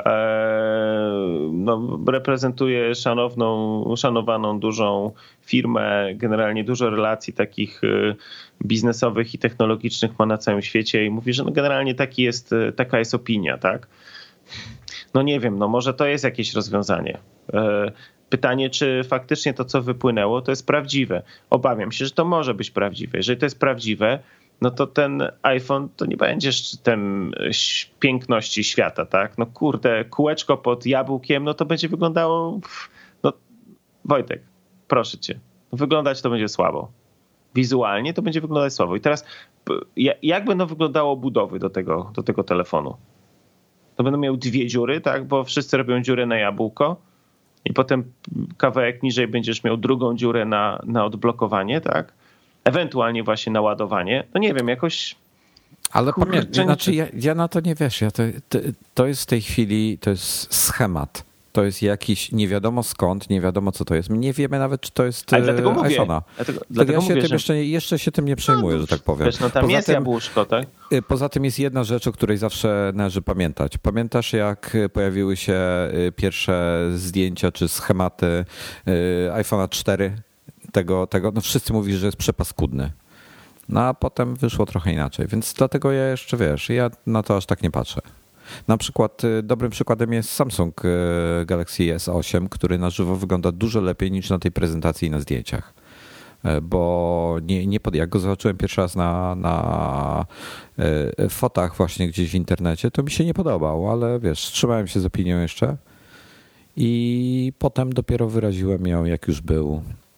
no, reprezentuje szanowną, szanowaną, dużą firmę, generalnie dużo relacji takich biznesowych i technologicznych ma na całym świecie i mówi, że no generalnie taki jest, taka jest opinia, tak? No nie wiem, no może to jest jakieś rozwiązanie. Pytanie, czy faktycznie to, co wypłynęło, to jest prawdziwe. Obawiam się, że to może być prawdziwe. Jeżeli to jest prawdziwe, no to ten iPhone to nie będzie szczytem piękności świata, tak? No kurde, kółeczko pod jabłkiem, no to będzie wyglądało... No Wojtek, proszę cię, wyglądać to będzie słabo. Wizualnie to będzie wyglądać słabo. I teraz jak będą wyglądało budowy do tego, do tego telefonu? To będą miały dwie dziury, tak? Bo wszyscy robią dziurę na jabłko. I potem kawałek niżej będziesz miał drugą dziurę na, na odblokowanie, tak? Ewentualnie właśnie na ładowanie. No nie wiem, jakoś... Ale pamiętaj, znaczy ja, ja na to nie wiesz. Ja to, to, to jest w tej chwili, to jest schemat. To jest jakiś, nie wiadomo skąd, nie wiadomo co to jest. Nie wiemy nawet, czy to jest iPhone'a. Dlatego, dlatego ja się mówię, tym że... jeszcze, jeszcze się tym nie przejmuję, no, że tak powiem. Wiesz, no tam poza jest tym, jabłuszko, tak? Poza tym jest jedna rzecz, o której zawsze należy pamiętać. Pamiętasz, jak pojawiły się pierwsze zdjęcia czy schematy iPhone'a cztery? Tego, tego, no wszyscy mówili, że jest przepaskudny. No a potem wyszło trochę inaczej, więc dlatego ja jeszcze, wiesz, ja na to aż tak nie patrzę. Na przykład dobrym przykładem jest Samsung Galaxy S osiem, który na żywo wygląda dużo lepiej niż na tej prezentacji i na zdjęciach. Bo nie, nie pod, jak go zobaczyłem pierwszy raz na, na fotach właśnie gdzieś w internecie, to mi się nie podobał, ale wiesz, trzymałem się z opinią jeszcze i potem dopiero wyraziłem ją, jak już był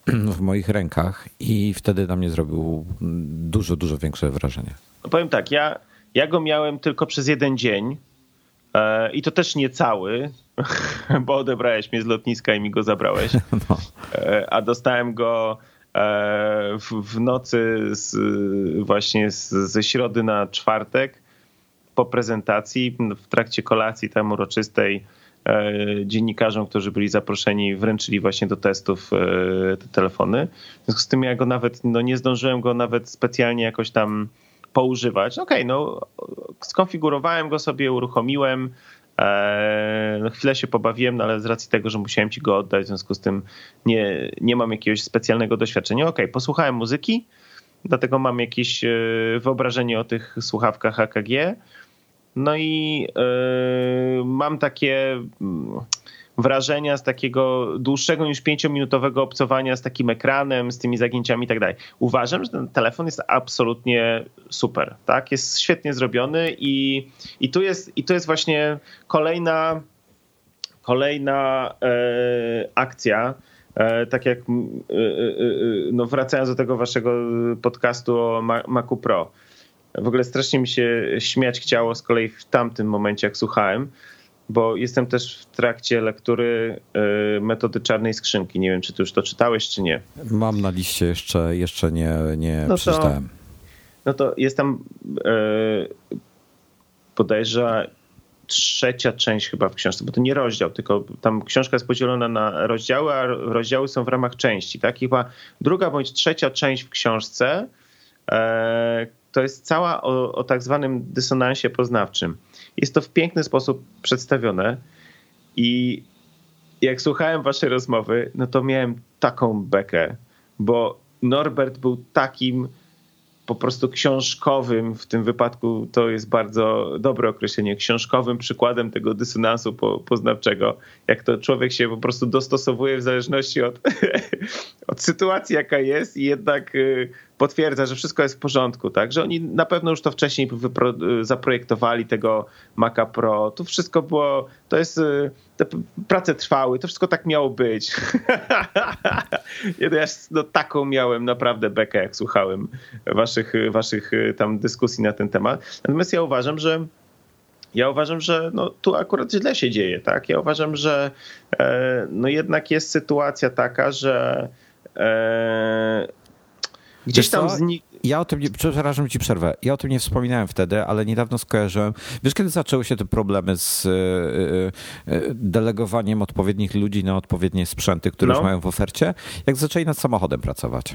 w moich rękach i wtedy na mnie zrobił dużo, dużo większe wrażenie. No powiem tak, ja, ja go miałem tylko przez jeden dzień e, i to też nie cały, bo odebrałeś mnie z lotniska i mi go zabrałeś, no. e, a dostałem go e, w, w nocy z, właśnie z, ze środy na czwartek po prezentacji, w trakcie kolacji tam uroczystej. Dziennikarzom, którzy byli zaproszeni, wręczyli właśnie do testów te telefony. W związku z tym ja go nawet, no nie zdążyłem go nawet specjalnie jakoś tam poużywać. Okej, okay, no skonfigurowałem go sobie, uruchomiłem, no chwilę się pobawiłem, no ale z racji tego, że musiałem ci go oddać, w związku z tym nie, nie mam jakiegoś specjalnego doświadczenia. Okej, okay, posłuchałem muzyki, dlatego mam jakieś wyobrażenie o tych słuchawkach A K G. No i yy, mam takie wrażenia z takiego dłuższego niż pięciominutowego obcowania z takim ekranem, z tymi zagięciami i tak dalej. Uważam, że ten telefon jest absolutnie super, tak? Jest świetnie zrobiony i, i, tu, jest, i tu jest właśnie kolejna, kolejna yy, akcja. Tak jak no wracając do tego waszego podcastu o Macu Pro. W ogóle strasznie mi się śmiać chciało z kolei w tamtym momencie, jak słuchałem, bo jestem też w trakcie lektury metody czarnej skrzynki. Nie wiem, czy ty już to czytałeś, czy nie. Mam na liście, jeszcze, jeszcze nie, nie no przeczytałem. To, no to jest tam yy, bodajże trzecia część chyba w książce, bo to nie rozdział, tylko tam książka jest podzielona na rozdziały, a rozdziały są w ramach części. Tak? I chyba druga bądź trzecia część w książce yy, to jest cała o, o tak zwanym dysonansie poznawczym. Jest to w piękny sposób przedstawione i jak słuchałem waszej rozmowy, no to miałem taką bekę, bo Norbert był takim po prostu książkowym, w tym wypadku to jest bardzo dobre określenie, książkowym przykładem tego dysonansu po, poznawczego, jak to człowiek się po prostu dostosowuje w zależności od, od sytuacji, jaka jest i jednak potwierdza, że wszystko jest w porządku, tak? Że oni na pewno już to wcześniej wypro- zaprojektowali tego Maca Pro, to wszystko było, to jest, te prace trwały, to wszystko tak miało być. Ja no, taką miałem naprawdę bekę, jak słuchałem waszych, waszych tam dyskusji na ten temat. Natomiast ja uważam, że Ja uważam, że no, tu akurat źle się dzieje, tak? Ja uważam, że e, no jednak jest sytuacja taka, że e, gdzieś tam znik... Ja o tym, nie, przepraszam, że ci przerwę, ja o tym nie wspominałem wtedy, ale niedawno skojarzyłem. Wiesz, kiedy zaczęły się te problemy z y, y, delegowaniem odpowiednich ludzi na odpowiednie sprzęty, które no. już mają w ofercie? Jak zaczęli nad samochodem pracować?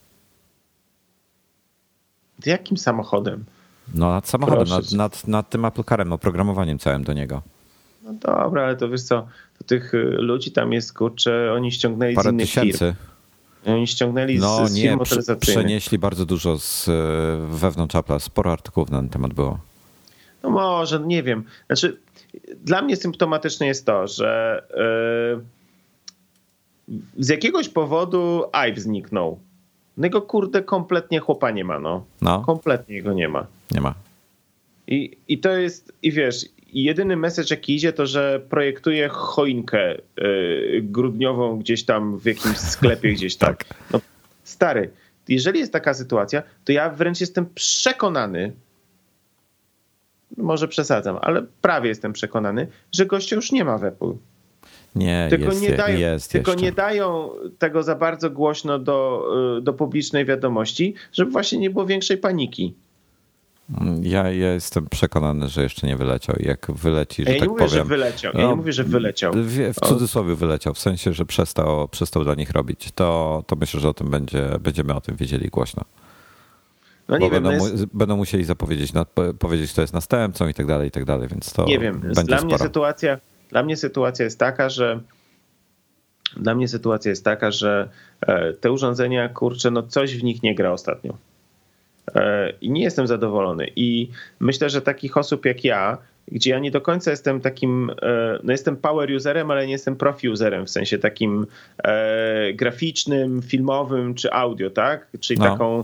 Jakim samochodem? No nad samochodem, nad, nad, nad tym Apple Carem, oprogramowaniem całym do niego. No dobra, ale to wiesz co, to tych ludzi tam jest, kurczę, oni ściągnęli Parę z innych tysięcy. firm. Oni ściągnęli no, z, z nie, firm motoryzacyjnych. Przenieśli bardzo dużo z wewnątrz Apple'a, sporo artykułów na ten temat było. No może, nie wiem. Znaczy, dla mnie symptomatyczne jest to, że yy, z jakiegoś powodu Ive zniknął. No jego kurde kompletnie chłopa nie ma, no. no. Kompletnie go nie ma. Nie ma. I, i to jest, i wiesz, jedyny message jaki idzie to, że projektuje choinkę yy, grudniową gdzieś tam w jakimś sklepie gdzieś tam. Tak. No, stary, jeżeli jest taka sytuacja, to ja wręcz jestem przekonany, może przesadzam, ale prawie jestem przekonany, że gościa już nie ma w Apple. Nie, tylko jest, nie dają, jest Tylko jeszcze. nie dają tego za bardzo głośno do, do publicznej wiadomości, żeby właśnie nie było większej paniki. Ja, ja jestem przekonany, że jeszcze nie wyleciał. Jak wyleci, że ja tak nie mówię, powiem. Że wyleciał. Ja no, nie mówię, że wyleciał. W, w cudzysłowie wyleciał, w sensie, że przestał, przestał dla nich robić. To, to myślę, że o tym będzie, będziemy o tym wiedzieli głośno. No nie Bo wiem, będą, jest... będą musieli zapowiedzieć, powiedzieć, kto jest następcą i tak dalej, i tak dalej, więc to nie wiem. będzie dla sporo. mnie sytuacja, dla mnie sytuacja jest taka, że Dla mnie sytuacja jest taka, że te urządzenia, kurczę, no coś w nich nie gra ostatnio. I nie jestem zadowolony. I myślę, że takich osób jak ja, gdzie ja nie do końca jestem takim, no jestem power userem, ale nie jestem profi userem, w sensie takim e, graficznym, filmowym czy audio, tak? Czyli no. taką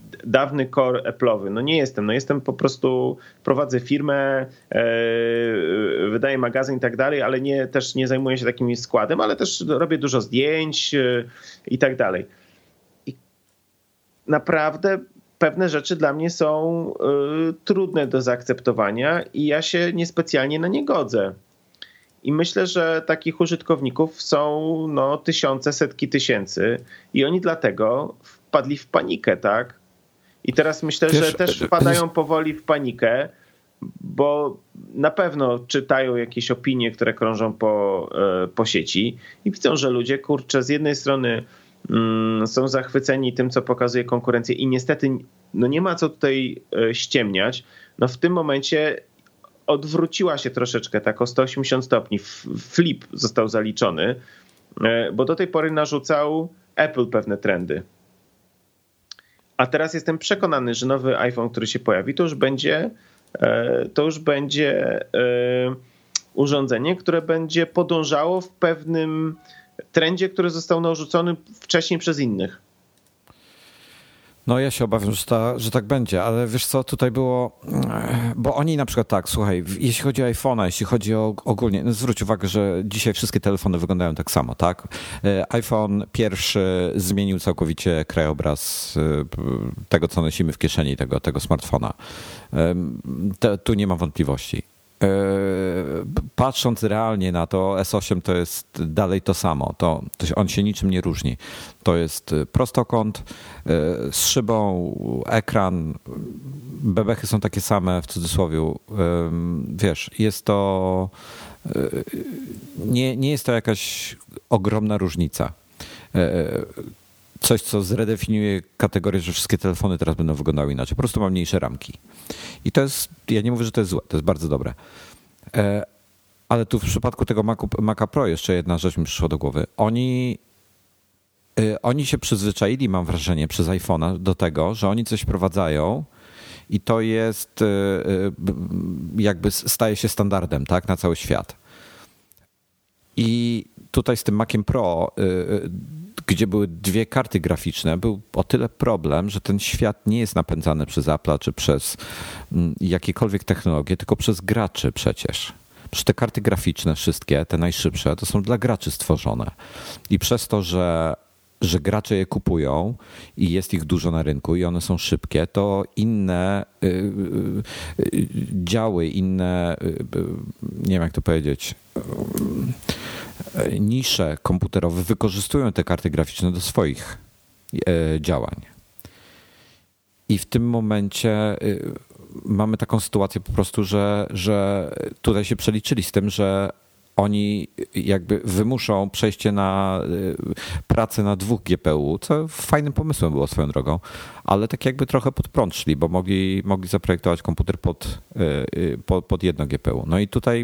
dawny core Apple'owy. No nie jestem, no jestem po prostu, prowadzę firmę, yy, wydaję magazyn i tak dalej, ale nie, też nie zajmuję się takim składem, ale też robię dużo zdjęć yy, i tak dalej. I naprawdę pewne rzeczy dla mnie są yy, trudne do zaakceptowania i ja się niespecjalnie na nie godzę. I myślę, że takich użytkowników są no, tysiące, setki tysięcy i oni dlatego wpadli w panikę, tak? I teraz myślę, Wiesz, że też wpadają powoli w panikę, bo na pewno czytają jakieś opinie, które krążą po, po sieci i widzą, że ludzie, kurczę, z jednej strony mm, są zachwyceni tym, co pokazuje konkurencja i niestety no nie ma co tutaj ściemniać. No w tym momencie odwróciła się troszeczkę tak o sto osiemdziesiąt stopni. Flip został zaliczony, bo do tej pory narzucał Apple pewne trendy. A teraz jestem przekonany, że nowy iPhone, który się pojawi, to już będzie, to już będzie urządzenie, które będzie podążało w pewnym trendzie, który został narzucony wcześniej przez innych. No ja się obawiam, że, ta, że tak będzie, ale wiesz co, tutaj było, bo oni na przykład tak, słuchaj, jeśli chodzi o iPhone'a, jeśli chodzi o ogólnie, no zwróć uwagę, że dzisiaj wszystkie telefony wyglądają tak samo, tak? iPhone pierwszy zmienił całkowicie krajobraz tego, co nosimy w kieszeni, tego, tego smartfona. To, tu nie ma wątpliwości. Patrząc realnie na to, S osiem to jest dalej to samo. To, to on się niczym nie różni. To jest prostokąt z szybą, ekran, bebechy są takie same w cudzysłowie. Wiesz, jest to nie, nie jest to jakaś ogromna różnica. Coś, co zredefiniuje kategorię, że wszystkie telefony teraz będą wyglądały inaczej. Po prostu mam mniejsze ramki. I to jest, ja nie mówię, że to jest złe, to jest bardzo dobre. Ale tu w przypadku tego Macu, Maca Pro jeszcze jedna rzecz mi przyszła do głowy. Oni, oni się przyzwyczaili, mam wrażenie, przez iPhone'a do tego, że oni coś wprowadzają i to jest jakby staje się standardem, tak, na cały świat. I tutaj z tym Maciem Pro, gdzie były dwie karty graficzne, był o tyle problem, że ten świat nie jest napędzany przez Apple'a czy przez jakiekolwiek technologie, tylko przez graczy przecież. Przecież te karty graficzne wszystkie, te najszybsze, to są dla graczy stworzone. I przez to, że, że gracze je kupują i jest ich dużo na rynku i one są szybkie, to inne y, y, działy, inne, y, nie wiem jak to powiedzieć, y, nisze komputerowe wykorzystują te karty graficzne do swoich y, działań. I w tym momencie y, mamy taką sytuację po prostu, że, że tutaj się przeliczyli z tym, że oni jakby wymuszą przejście na pracę na dwóch G P U, co fajnym pomysłem było swoją drogą, ale tak jakby trochę pod prąd szli, bo mogli, mogli zaprojektować komputer pod, pod, pod jedno G P U. No i tutaj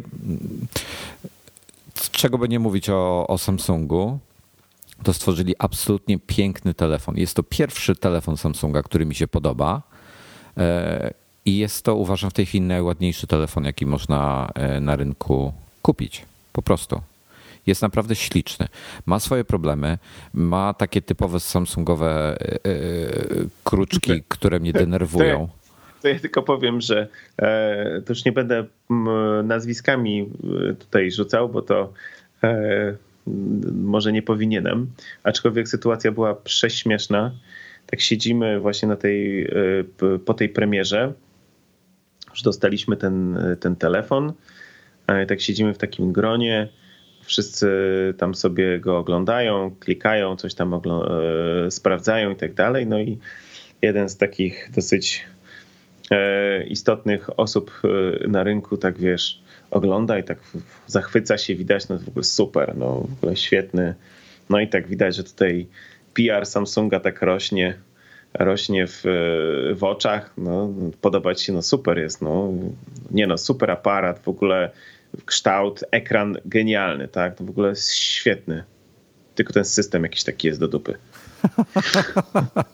czego by nie mówić o, o Samsungu, to stworzyli absolutnie piękny telefon. Jest to pierwszy telefon Samsunga, który mi się podoba. I jest to, uważam, w tej chwili najładniejszy telefon, jaki można na rynku kupić. Po prostu. Jest naprawdę śliczny. Ma swoje problemy. Ma takie typowe samsungowe yy, kruczki, które mnie denerwują. To ja, to ja tylko powiem, że e, to już nie będę m, nazwiskami tutaj rzucał, bo to e, może nie powinienem. Aczkolwiek sytuacja była prześmieszna. Tak siedzimy właśnie na tej, e, po tej premierze. Już dostaliśmy ten, ten telefon. Tak siedzimy w takim gronie, wszyscy tam sobie go oglądają, klikają, coś tam ogl- sprawdzają i tak dalej. No i jeden z takich dosyć istotnych osób na rynku, tak wiesz, ogląda i tak zachwyca się, widać, no w ogóle super, no w ogóle świetny. No i tak widać, że tutaj P R Samsunga tak rośnie, rośnie w, w oczach, no podobać się, no super jest, no nie no, super aparat, w ogóle kształt, ekran genialny, tak, to w ogóle jest świetny, tylko ten system jakiś taki jest do dupy.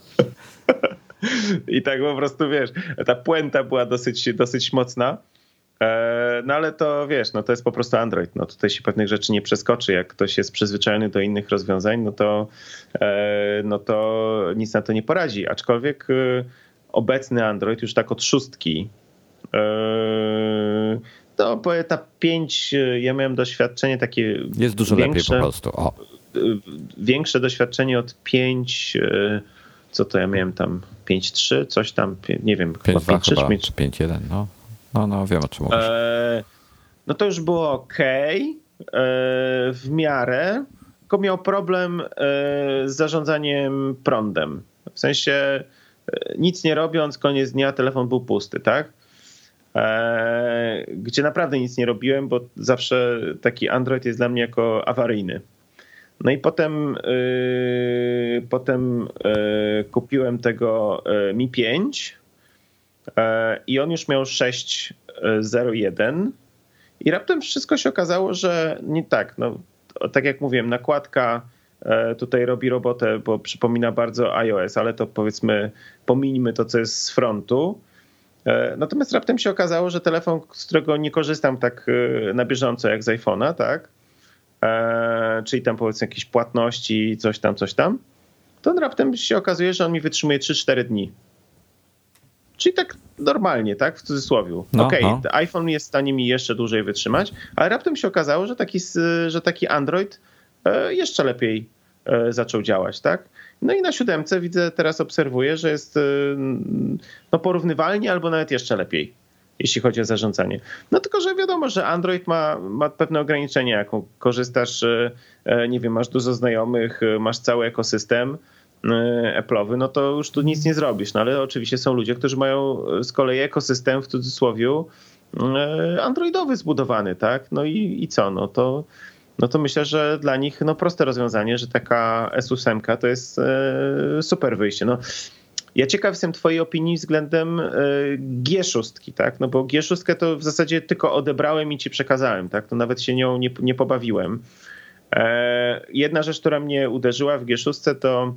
I tak po prostu wiesz, ta puenta była dosyć, dosyć mocna, No ale to wiesz, no to jest po prostu Android. No tutaj się pewnych rzeczy nie przeskoczy. Jak ktoś jest przyzwyczajony do innych rozwiązań, no to, no to nic na to nie poradzi. Aczkolwiek obecny Android już tak od szóstki to po etap pięć ja miałem doświadczenie takie jest dużo większe, lepiej po prostu. O. Większe doświadczenie od pięć, co to ja miałem tam, pięć trzy, coś tam, nie wiem, pięć dwa chyba, czy pięć jeden, no. No, no, wiem o czym mówisz. E, no to już było ok, e, w miarę, tylko miał problem e, z zarządzaniem prądem. W sensie e, nic nie robiąc, koniec dnia telefon był pusty, tak? E, gdzie naprawdę nic nie robiłem, bo zawsze taki Android jest dla mnie jako awaryjny. No i potem, yy, potem yy, kupiłem tego yy, Mi pięć yy, i on już miał sześć zero jeden i raptem wszystko się okazało, że nie tak. No, tak jak mówiłem, nakładka yy, tutaj robi robotę, bo przypomina bardzo iOS, ale to powiedzmy pominijmy to, co jest z frontu. Yy, natomiast raptem się okazało, że telefon, z którego nie korzystam tak yy, na bieżąco jak z iPhone'a, tak? E, czyli tam powiedzmy jakieś płatności, coś tam, coś tam, to raptem się okazuje, że on mi wytrzymuje trzy cztery dni. Czyli tak normalnie, tak? W cudzysłowie. No, Okej, okay, no. iPhone jest w stanie mi jeszcze dłużej wytrzymać, ale raptem się okazało, że taki, że taki Android jeszcze lepiej zaczął działać, tak? No i na siódemce widzę, teraz obserwuję, że jest no, porównywalnie albo nawet jeszcze lepiej, jeśli chodzi o zarządzanie. No tylko, że wiadomo, że Android ma, ma pewne ograniczenia. Jak korzystasz, nie wiem, masz dużo znajomych, masz cały ekosystem Apple'owy, no to już tu nic nie zrobisz. No ale oczywiście są ludzie, którzy mają z kolei ekosystem w cudzysłowie androidowy zbudowany, tak? No i, i co? No to, no to myślę, że dla nich no proste rozwiązanie, że taka S osiem to jest super wyjście. No, ja ciekaw jestem twojej opinii względem G sześć, tak? No bo G sześć to w zasadzie tylko odebrałem i ci przekazałem, tak? To nawet się nią nie, nie pobawiłem. Jedna rzecz, która mnie uderzyła w G sześć to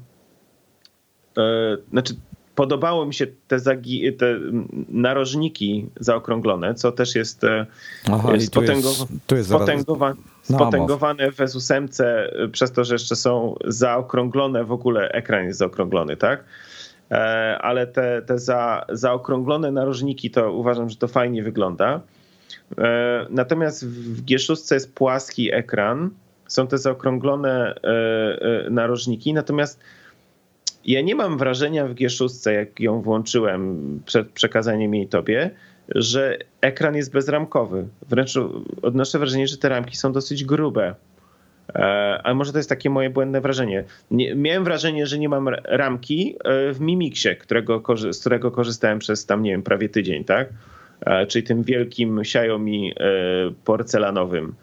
znaczy podobało mi się te, zagi- te narożniki zaokrąglone, co też jest, Aha, spotęgowa- jest, tu jest spotęgowa- no, spotęgowane w S osiem przez to, że jeszcze są zaokrąglone, w ogóle ekran jest zaokrąglony, tak? Ale te, te za, zaokrąglone narożniki to uważam, że to fajnie wygląda. Natomiast w G sześć jest płaski ekran, są te zaokrąglone narożniki, natomiast ja nie mam wrażenia w G sześć, jak ją włączyłem przed przekazaniem jej tobie, że ekran jest bezramkowy. Wręcz odnoszę wrażenie, że te ramki są dosyć grube. Ale może to jest takie moje błędne wrażenie. Nie, miałem wrażenie, że nie mam ramki w Mimixie, którego, z którego korzystałem przez tam, nie wiem, prawie tydzień, tak? Czyli tym wielkim Xiaomi porcelanowym.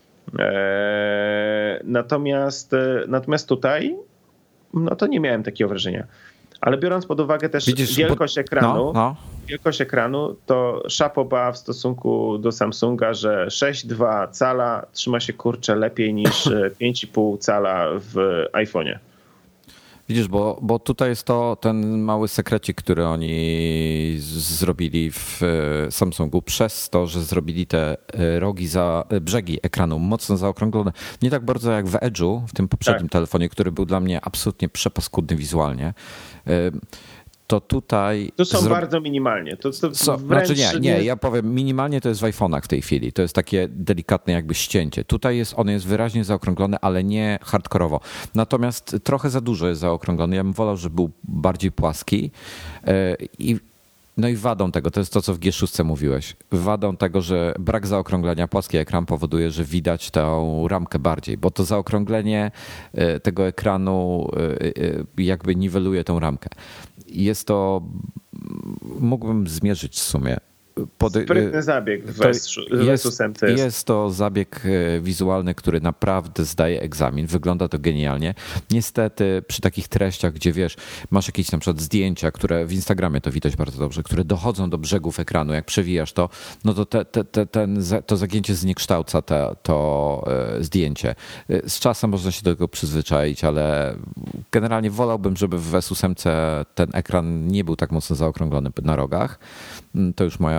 Natomiast, natomiast tutaj no to nie miałem takiego wrażenia. Ale biorąc pod uwagę też Widzisz, wielkość bo... ekranu, no, no. wielkość ekranu, to chapeau bas w stosunku do Samsunga, że sześć przecinek dwa cala trzyma się kurczę lepiej niż pięć i pół cala w iPhone'ie. Widzisz, bo, bo tutaj jest to ten mały sekrecik, który oni zrobili w Samsungu przez to, że zrobili te rogi za brzegi ekranu mocno zaokrąglone. Nie tak bardzo jak w Edge'u, w tym poprzednim tak. telefonie, który był dla mnie absolutnie przepaskudny wizualnie. To tutaj... To są zro... bardzo minimalnie. To, to Co? Znaczy nie, nie, ja powiem minimalnie to jest w iPhone'ach w tej chwili. To jest takie delikatne jakby ścięcie. Tutaj jest, on jest wyraźnie zaokrąglony, ale nie hardkorowo. Natomiast trochę za dużo jest zaokrąglony. Ja bym wolał, żeby był bardziej płaski i no i wadą tego, to jest to, co w G sześć mówiłeś, wadą tego, że brak zaokrąglenia, płaski ekran powoduje, że widać tę ramkę bardziej, bo to zaokrąglenie tego ekranu jakby niweluje tą ramkę. Jest to, mógłbym zmierzyć w sumie. Pod, Sprytny zabieg w S osiem jest, jest. Jest to zabieg wizualny, który naprawdę zdaje egzamin. Wygląda to genialnie. Niestety przy takich treściach, gdzie wiesz, masz jakieś na przykład zdjęcia, które w Instagramie to widać bardzo dobrze, które dochodzą do brzegów ekranu, jak przewijasz to, no to te, te, te, ten, to zagięcie zniekształca te, to zdjęcie. Z czasem można się do tego przyzwyczaić, ale generalnie wolałbym, żeby w S osiem ten ekran nie był tak mocno zaokrąglony na rogach. To już moja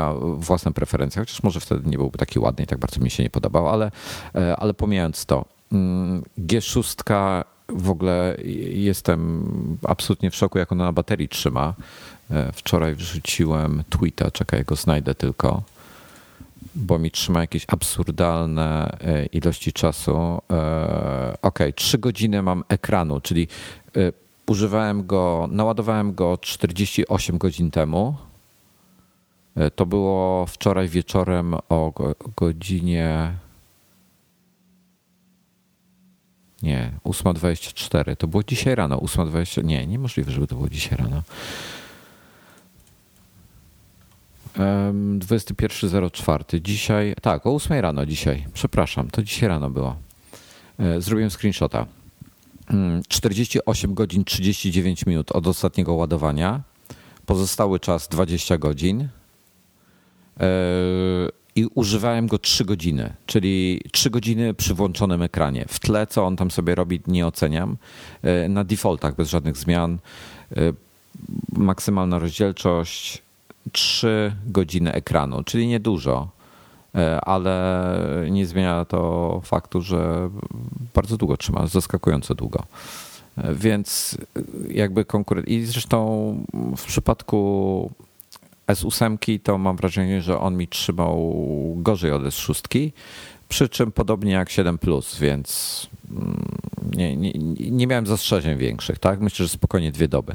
moja własna preferencja, chociaż może wtedy nie byłby taki ładny i tak bardzo mi się nie podobał, ale, ale pomijając to, G sześć w ogóle jestem absolutnie w szoku, jak ona na baterii trzyma. Wczoraj wrzuciłem tweeta, czekaj, go znajdę tylko, bo mi trzyma jakieś absurdalne ilości czasu. Ok, trzy godziny mam ekranu, czyli używałem go, naładowałem go czterdzieści osiem godzin temu. To było wczoraj wieczorem o godzinie... Nie, ósma dwadzieścia cztery. To było dzisiaj rano. ósma dwadzieścia... Nie, niemożliwe, żeby to było dzisiaj rano. dwudziesty pierwszy zero cztery. Dzisiaj... Tak, o ósmej rano dzisiaj. Przepraszam, to dzisiaj rano było. Zrobiłem screenshota. czterdzieści osiem godzin trzydzieści dziewięć minut od ostatniego ładowania. Pozostały czas dwadzieścia godzin. I używałem go trzy godziny, czyli trzy godziny przy włączonym ekranie. W tle, co on tam sobie robi, nie oceniam. Na defaultach, bez żadnych zmian. Maksymalna rozdzielczość, trzy godziny ekranu, czyli niedużo, ale nie zmienia to faktu, że bardzo długo trzyma, zaskakująco długo. Więc jakby konkurencja. I zresztą w przypadku S osiem to mam wrażenie, że on mi trzymał gorzej od S sześć, przy czym podobnie jak siedem plus, więc nie, nie, nie miałem zastrzeżeń większych, tak? Myślę, że spokojnie dwie doby.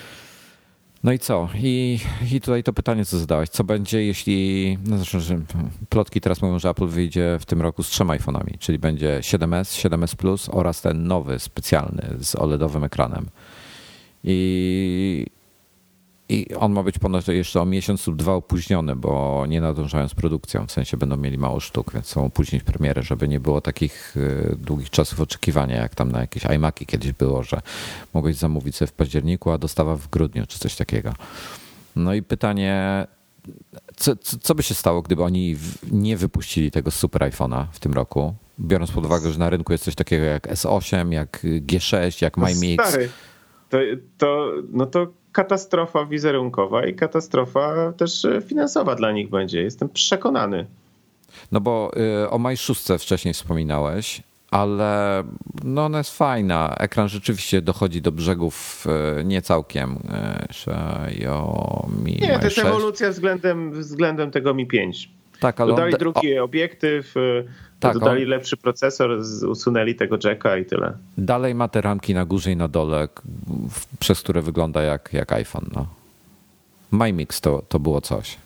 No i co? I, i tutaj to pytanie, co zadałeś. Co będzie, jeśli... No zresztą, że plotki teraz mówią, że Apple wyjdzie w tym roku z trzema iPhone'ami, czyli będzie siedem S, siedem S Plus oraz ten nowy, specjalny, z OLEDowym ekranem. I... I on ma być ponad jeszcze o miesiąc lub dwa opóźniony, bo nie nadążają z produkcją. W sensie będą mieli mało sztuk, więc chcą opóźnić premierę, żeby nie było takich długich czasów oczekiwania, jak tam na jakieś iMaki kiedyś było, że mogłeś zamówić sobie w październiku, a dostawa w grudniu, czy coś takiego. No i pytanie, co, co by się stało, gdyby oni nie wypuścili tego super iPhone'a w tym roku, biorąc pod uwagę, że na rynku jest coś takiego jak S osiem, jak G sześć, jak MyMix. Stary, to, to, no to katastrofa wizerunkowa i katastrofa też finansowa dla nich będzie. Jestem przekonany. No bo o Maj sześć wcześniej wspominałeś, ale no ona jest fajna. Ekran rzeczywiście dochodzi do brzegów nie całkiem. Xiaomi Nie, to jest ewolucja względem, względem tego Mi pięć. Tak, ale dodali on... drugi obiektyw, tak, dodali on... lepszy procesor, usunęli tego jacka i tyle. Dalej ma te ramki na górze i na dole, przez które wygląda jak, jak iPhone. No. MyMix to, to było coś.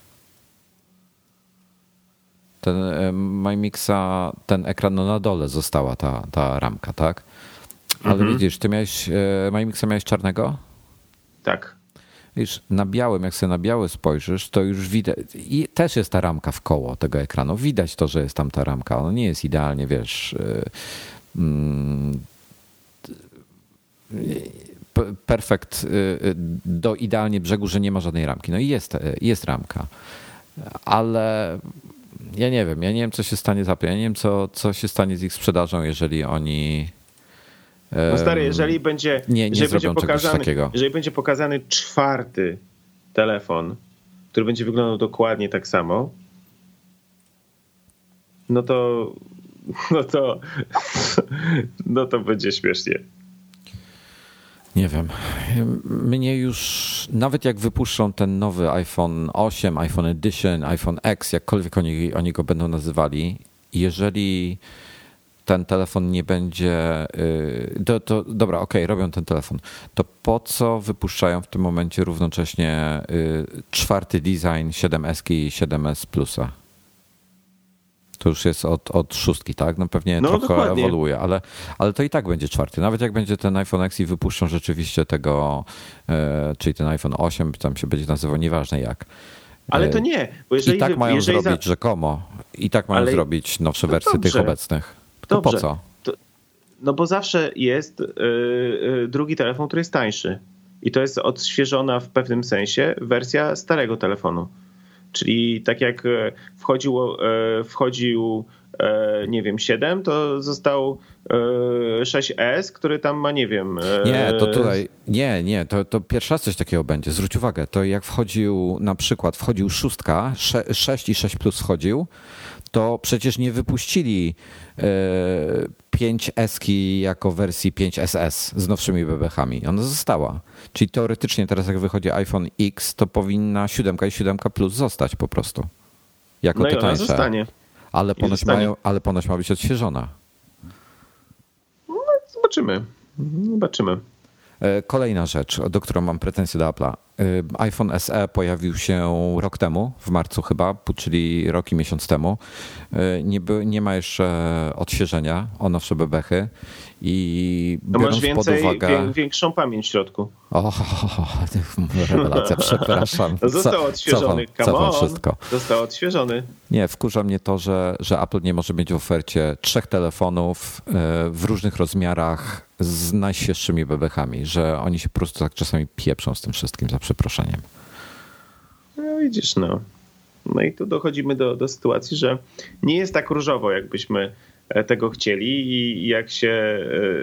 Ten MyMixa, ten ekran no na dole została ta, ta ramka, tak? Ale mhm. widzisz, ty miałeś, MyMixa miałeś czarnego? Tak. Wiesz, na białym, jak sobie na biały spojrzysz, to już widać, i też jest ta ramka w koło tego ekranu. Widać to, że jest tam ta ramka. Ona nie jest idealnie, wiesz, perfekt do idealnie brzegu, że nie ma żadnej ramki. No i jest, jest ramka. Ale ja nie wiem, ja nie wiem, co się stanie z Apple. Ja nie wiem, co, co się stanie z ich sprzedażą, jeżeli oni... No stary, jeżeli będzie, nie, nie jeżeli, będzie pokazany, takiego. jeżeli będzie pokazany czwarty telefon, który będzie wyglądał dokładnie tak samo, no to no to no to będzie śmiesznie. Nie wiem. Mnie już, nawet jak wypuszczą ten nowy iPhone osiem, iPhone Edition, iPhone X, jakkolwiek oni, oni go będą nazywali, jeżeli ten telefon nie będzie... To, to, dobra, okej, okay, robią ten telefon. To po co wypuszczają w tym momencie równocześnie czwarty design siedem S i siedem S Plusa? To już jest od, od szóstki, tak? No pewnie no, trochę dokładnie. ewoluuje, ale, ale to i tak będzie czwarty. Nawet jak będzie ten iPhone X i wypuszczą rzeczywiście tego, czyli ten iPhone osiem, tam się będzie nazywał, nieważne jak. Ale to nie. Bo jeżeli I tak mają jeżeli zrobić za... rzekomo. I tak mają ale... zrobić nowsze no wersje dobrze. tych obecnych. To dobrze. po co? To, no bo zawsze jest yy, drugi telefon, który jest tańszy. I to jest odświeżona w pewnym sensie wersja starego telefonu. Czyli tak jak wchodził, wchodził nie wiem, siedem, to został sześć S, który tam ma, nie wiem... Nie, to tutaj, nie, nie, to, to pierwszy raz coś takiego będzie. Zwróć uwagę, to jak wchodził, na przykład wchodził szóstka, sześć i sześć plus wchodził, to przecież nie wypuścili pięć S-ki jako wersji pięć S S z nowszymi bebechami. Ona została. Czyli teoretycznie teraz jak wychodzi iPhone X, to powinna siódemka i siódemka plus zostać po prostu. Jako no te i ona tańsze. zostanie. Ale ponoć, mają, ale ponoć ma być odświeżona. No, zobaczymy. Zobaczymy. Kolejna rzecz, do której mam pretensje do Apple'a. iPhone S E pojawił się rok temu, w marcu chyba, czyli rok i miesiąc temu. Nie, by, nie ma jeszcze odświeżenia o nowsze bebechy. I no masz więcej, pod uwagę... większą pamięć w środku. O, rewelacja, przepraszam. No został odświeżony, cofam, cofam wszystko. Został odświeżony. Nie, wkurza mnie to, że, że Apple nie może mieć w ofercie trzech telefonów w różnych rozmiarach z najświeższymi bebechami, że oni się po prostu tak czasami pieprzą z tym wszystkim, za przeproszeniem. No widzisz, no. No i tu dochodzimy do, do sytuacji, że nie jest tak różowo, jakbyśmy tego chcieli i jak się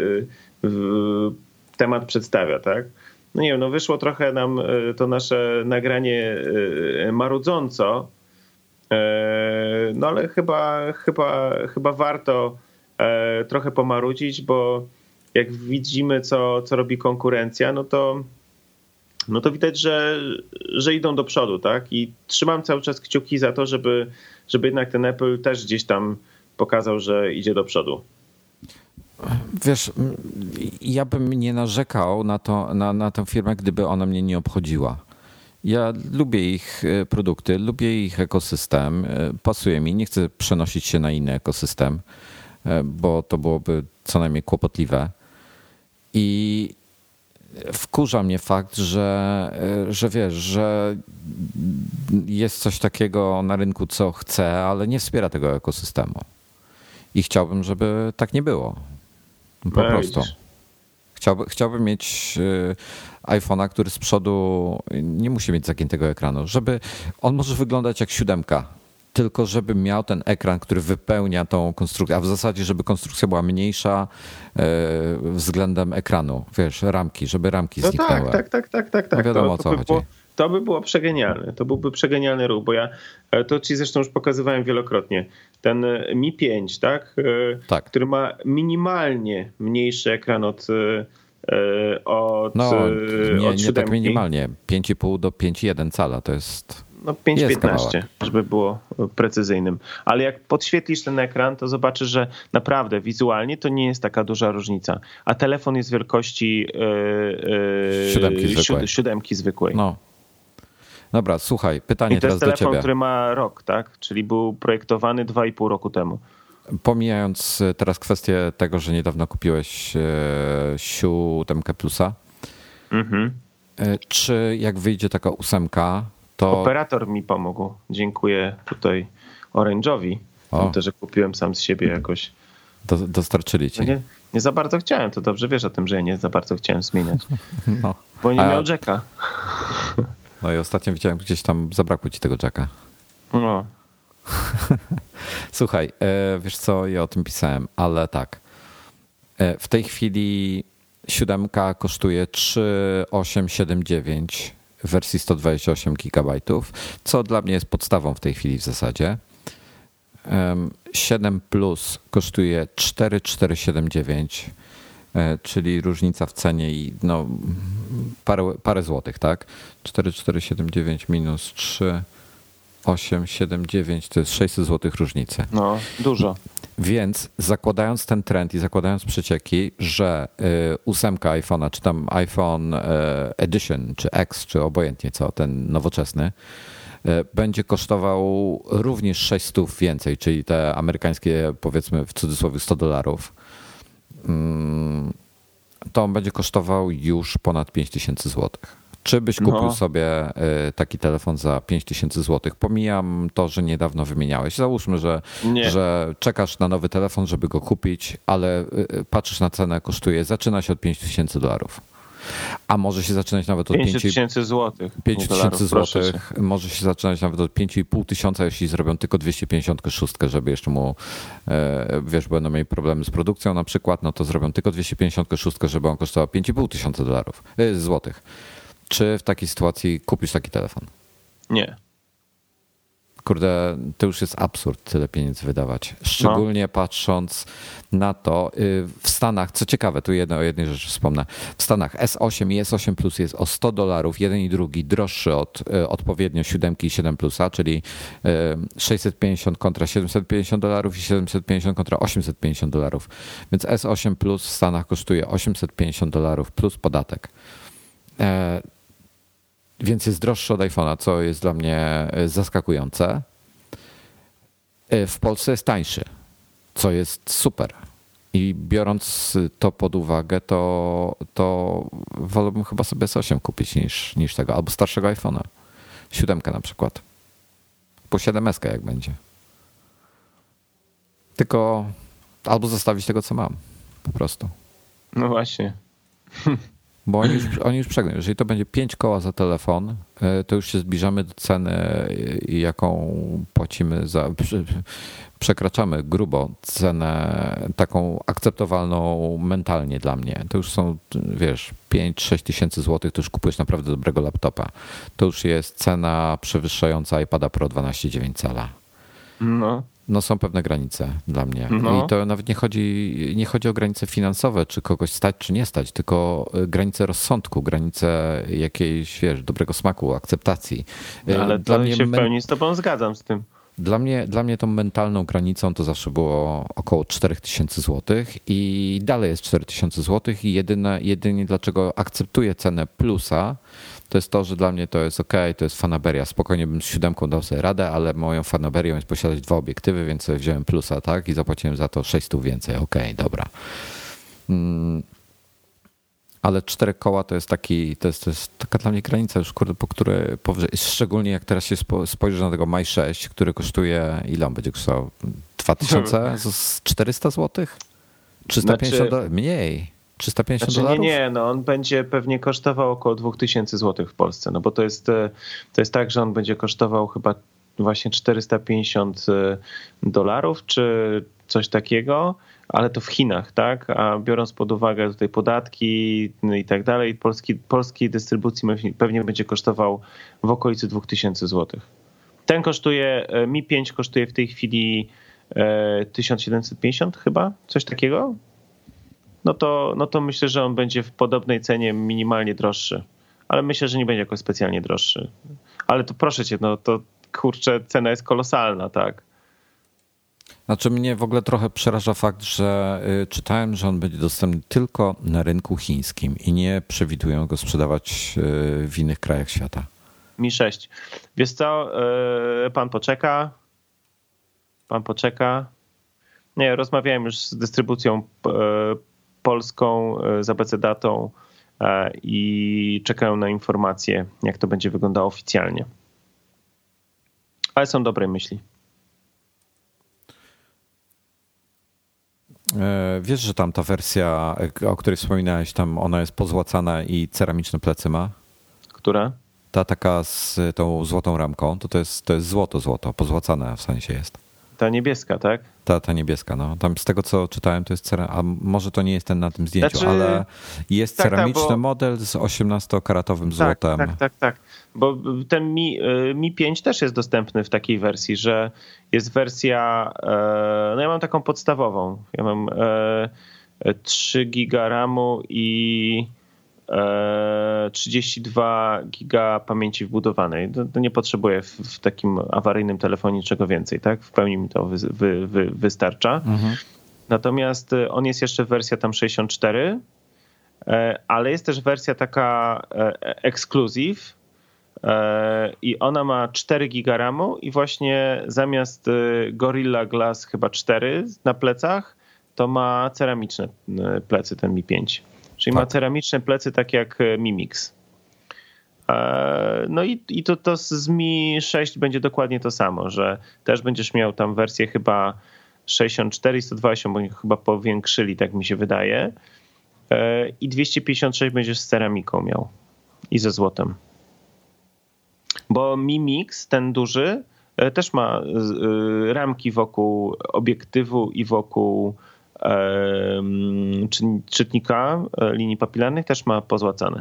temat przedstawia, tak? No nie wiem, no wyszło trochę nam to nasze nagranie marudząco, no ale chyba, chyba, chyba warto trochę pomarudzić, bo jak widzimy, co, co robi konkurencja, no to, no to widać, że, że idą do przodu, tak? I trzymam cały czas kciuki za to, żeby, żeby jednak ten Apple też gdzieś tam pokazał, że idzie do przodu. Wiesz, ja bym nie narzekał na, to, na, na tę firmę, gdyby ona mnie nie obchodziła. Ja lubię ich produkty, lubię ich ekosystem, pasuje mi, nie chcę przenosić się na inny ekosystem, bo to byłoby co najmniej kłopotliwe. I wkurza mnie fakt, że, że wiesz, że jest coś takiego na rynku, co chce, ale nie wspiera tego ekosystemu. I chciałbym, żeby tak nie było. Po no, prostu. Chciałby, chciałbym mieć iPhone'a, który z przodu nie musi mieć zagiętego ekranu. Żeby on może wyglądać jak siódemka, tylko żeby miał ten ekran, który wypełnia tą konstrukcję, a w zasadzie, żeby konstrukcja była mniejsza względem ekranu. Wiesz, ramki, żeby ramki no zniknęły. Tak, tak, tak, tak, tak. No wiadomo, to, o co to chodzi. Było, to by było przegenialne. To byłby przegenialny ruch, bo ja to ci zresztą już pokazywałem wielokrotnie. Ten Mi pięć, tak? tak. Który ma minimalnie mniejszy ekran od od No, nie, od nie tak minimalnie. pięć i pół do pięć i jeden cala to jest... No pięć piętnaście, żeby było precyzyjnym. Ale jak podświetlisz ten ekran, to zobaczysz, że naprawdę wizualnie to nie jest taka duża różnica. A telefon jest wielkości yy, siódemki zwykłej. siódemki zwykłej. No. Dobra, słuchaj, pytanie I to teraz jest telefon, do ciebie. który ma rok, tak? Czyli był projektowany dwa i pół roku temu. Pomijając teraz kwestię tego, że niedawno kupiłeś siódemkę plusa, mhm. czy jak wyjdzie taka ósemka, to... Operator mi pomógł. Dziękuję tutaj Orange'owi. O. To, że kupiłem sam z siebie jakoś. Do, dostarczyli ci. No nie, nie za bardzo chciałem, to dobrze wiesz o tym, że ja nie za bardzo chciałem zmieniać. No. Bo nie A... miał jacka. No i ostatnio widziałem, gdzieś tam zabrakło ci tego jacka. No. Słuchaj, wiesz co, ja o tym pisałem, ale tak. W tej chwili siódemka kosztuje trzy tysiące osiemset siedemdziesiąt dziewięć w wersji sto dwadzieścia osiem gigabajtów, co dla mnie jest podstawą w tej chwili w zasadzie. siedem plus kosztuje cztery tysiące czterysta siedemdziesiąt dziewięć, czyli różnica w cenie i no parę, parę złotych, tak? cztery tysiące czterysta siedemdziesiąt dziewięć minus trzy tysiące osiemset siedemdziesiąt dziewięć to jest sześćset złotych różnicy. No, dużo. Więc zakładając ten trend i zakładając przecieki, że ósemka iPhone'a, czy tam iPhone Edition, czy X, czy obojętnie co, ten nowoczesny, będzie kosztował również sześćset więcej, czyli te amerykańskie, powiedzmy w cudzysłowie sto dolarów, to on będzie kosztował już ponad pięć tysięcy złotych. Czy byś kupił no. sobie taki telefon za pięć tysięcy złotych? Pomijam to, że niedawno wymieniałeś. Załóżmy, że, że czekasz na nowy telefon, żeby go kupić, ale patrzysz na cenę, kosztuje, zaczyna się od pięć tysięcy dolarów. A może się zaczynać nawet od pięć tysięcy złotych. pięć tysięcy złotych. Może się zaczynać nawet od pięć i pół tysiąca, jeśli zrobią tylko dwieście pięćdziesiąt sześć, żeby jeszcze mu, wiesz, będą mieli problemy z produkcją na przykład, no to zrobią tylko dwieście pięćdziesiąt sześć, żeby on kosztował pięć i pół tysiąca dolarów, złotych. Czy w takiej sytuacji kupisz taki telefon? Nie. Kurde, to już jest absurd tyle pieniędzy wydawać. Szczególnie no. patrząc na to, w Stanach, co ciekawe, tu jedno, o jednej rzeczy wspomnę. W Stanach S osiem i S osiem Plus jest o sto dolarów, jeden i drugi droższy od odpowiednio siódemki i siedem Plusa, czyli sześćset pięćdziesiąt kontra siedemset pięćdziesiąt dolarów i siedemset pięćdziesiąt kontra osiemset pięćdziesiąt dolarów. Więc S osiem Plus w Stanach kosztuje osiemset pięćdziesiąt dolarów plus podatek. Więc jest droższy od iPhone'a, co jest dla mnie zaskakujące. W Polsce jest tańszy, co jest super. I biorąc to pod uwagę, to, to wolałbym chyba sobie S osiem kupić niż, niż tego, albo starszego iPhone'a. Siódemkę na przykład. Po siedem S jak będzie. Tylko albo zostawić tego, co mam. Po prostu. No właśnie. Bo oni już, oni już przegną. Jeżeli to będzie pięć koła za telefon, to już się zbliżamy do ceny, jaką płacimy za... Przekraczamy grubo cenę taką akceptowalną mentalnie dla mnie. To już są, wiesz, pięć sześć tysięcy złotych, to już kupujesz naprawdę dobrego laptopa. To już jest cena przewyższająca iPada Pro dwanaście przecinek dziewięć cala. No. No są pewne granice dla mnie. No. I to nawet nie chodzi, nie chodzi o granice finansowe, czy kogoś stać, czy nie stać, tylko granice rozsądku, granice jakiejś, wiesz, dobrego smaku, akceptacji. No, ale dla to mnie się w pełni z tobą zgadzam z tym. Dla mnie, dla mnie tą mentalną granicą to zawsze było około cztery tysiące złotych i dalej jest cztery tysiące złotych i jedyne, jedynie dlaczego akceptuję cenę plusa, to jest to, że dla mnie to jest ok, to jest fanaberia. Spokojnie bym z siódemką dał sobie radę, ale moją fanaberią jest posiadać dwa obiektywy, więc sobie wziąłem plusa, tak? I zapłaciłem za to sześćset więcej. Ok, dobra. Hmm. Ale cztery koła to jest taki, to jest, to jest taka dla mnie granica już, kurde, po której, powyżej, szczególnie jak teraz się spojrzy na tego Maj sześć, który kosztuje, ile on będzie kosztował? dwa tysiące? czterysta złotych? trzysta pięćdziesiąt dolarów? Mniej. trzysta pięćdziesiąt znaczy, dolarów? Nie, nie, no on będzie pewnie kosztował około dwa tysiące złotych w Polsce, no bo to jest, to jest tak, że on będzie kosztował chyba właśnie czterysta pięćdziesiąt dolarów, czy coś takiego, ale to w Chinach, tak? A biorąc pod uwagę tutaj podatki i tak dalej, polski, polskiej dystrybucji pewnie będzie kosztował w okolicy dwa tysiące złotych. Ten kosztuje, Mi pięć kosztuje w tej chwili tysiąc siedemset pięćdziesiąt chyba, coś takiego. No to, no to myślę, że on będzie w podobnej cenie minimalnie droższy, ale myślę, że nie będzie jakoś specjalnie droższy. Ale to proszę cię, no to kurczę, cena jest kolosalna, tak? Znaczy mnie w ogóle trochę przeraża fakt, że czytałem, że on będzie dostępny tylko na rynku chińskim i nie przewidują go sprzedawać w innych krajach świata. Mi sześć. Wiesz co, pan poczeka, pan poczeka. Nie, rozmawiałem już z dystrybucją polską, z A B C Datą i czekają na informacje, jak to będzie wyglądało oficjalnie. Ale są dobre myśli. Wiesz, że tam ta wersja, o której wspominałeś, tam ona jest pozłacana i ceramiczne plecy ma? Która? Ta taka z tą złotą ramką, to to jest, to jest złoto, złoto, pozłacane w sensie jest. Ta niebieska, tak? Ta, ta niebieska, no. Tam z tego, co czytałem, to jest ceramiczny, a może to nie jest ten na tym zdjęciu, znaczy, ale jest tak, ceramiczny tak, bo... model z osiemnastokaratowym złotem. Tak, tak, tak, tak. Bo ten Mi, Mi pięć też jest dostępny w takiej wersji, że jest wersja, no ja mam taką podstawową. Ja mam trzy giga ramu i trzydzieści dwa giga pamięci wbudowanej. To, to nie potrzebuję w, w takim awaryjnym telefonie niczego więcej, tak? W pełni mi to wy, wy, wy, wystarcza. Mhm. Natomiast on jest jeszcze wersja tam sześćdziesiąt cztery, ale jest też wersja taka exclusive i ona ma cztery giga ramu i właśnie zamiast Gorilla Glass chyba cztery na plecach, to ma ceramiczne plecy ten Mi pięć. Czyli tak. Ma ceramiczne plecy, tak jak Mi Mix. No i, i to, to z Mi sześć będzie dokładnie to samo, że też będziesz miał tam wersję chyba sześćdziesiąt cztery i sto dwadzieścia, bo chyba powiększyli, tak mi się wydaje. i dwieście pięćdziesiąt sześć będziesz z ceramiką miał i ze złotem. Bo Mi Mix, ten duży, też ma ramki wokół obiektywu i wokół czytnika linii papilarnych, też ma pozłacane.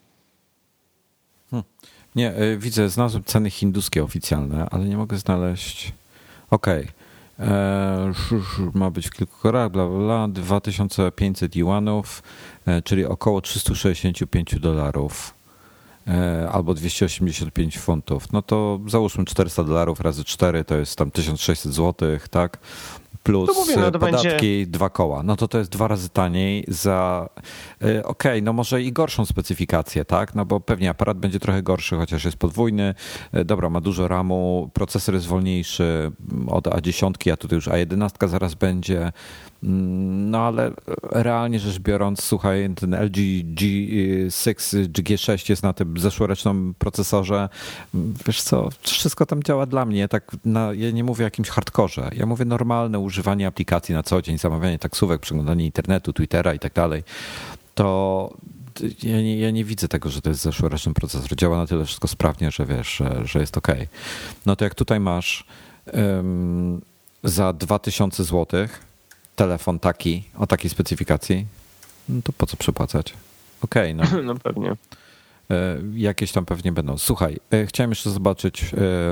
Hmm. Nie, widzę, znalazłem ceny hinduskie oficjalne, ale nie mogę znaleźć. Okej. Okay. Ma być w kilku korach, bla, bla, bla, dwa tysiące pięćset juanów, czyli około trzysta sześćdziesiąt pięć dolarów. Albo dwieście osiemdziesiąt pięć funtów. No to załóżmy czterysta dolarów razy cztery, to jest tam tysiąc sześćset złotych, tak? Plus mówię, no podatki, będzie... dwa koła. No to to jest dwa razy taniej za... Okej, okay, no może i gorszą specyfikację, tak? No bo pewnie aparat będzie trochę gorszy, chociaż jest podwójny. Dobra, ma dużo ramu, procesor jest wolniejszy od A dziesięć, a tutaj już A jedenaście zaraz będzie. No ale realnie rzecz biorąc, słuchaj, ten L G G sześć, G sześć jest na tym zeszłorocznym procesorze. Wiesz co, wszystko tam działa dla mnie. Tak na, ja nie mówię o jakimś hardkorze. Ja mówię normalne używanie aplikacji na co dzień, zamawianie taksówek, przeglądanie internetu, Twittera i tak dalej. To ja nie, ja nie widzę tego, że to jest zeszłoroczny procesor. Działa na tyle wszystko sprawnie, że wiesz, że, że jest okej. No to jak tutaj masz um, za dwa tysiące złotych telefon taki, o takiej specyfikacji, no to po co przepłacać? Okej, okay, no. No pewnie. Jakieś tam pewnie będą. Słuchaj, chciałem jeszcze zobaczyć,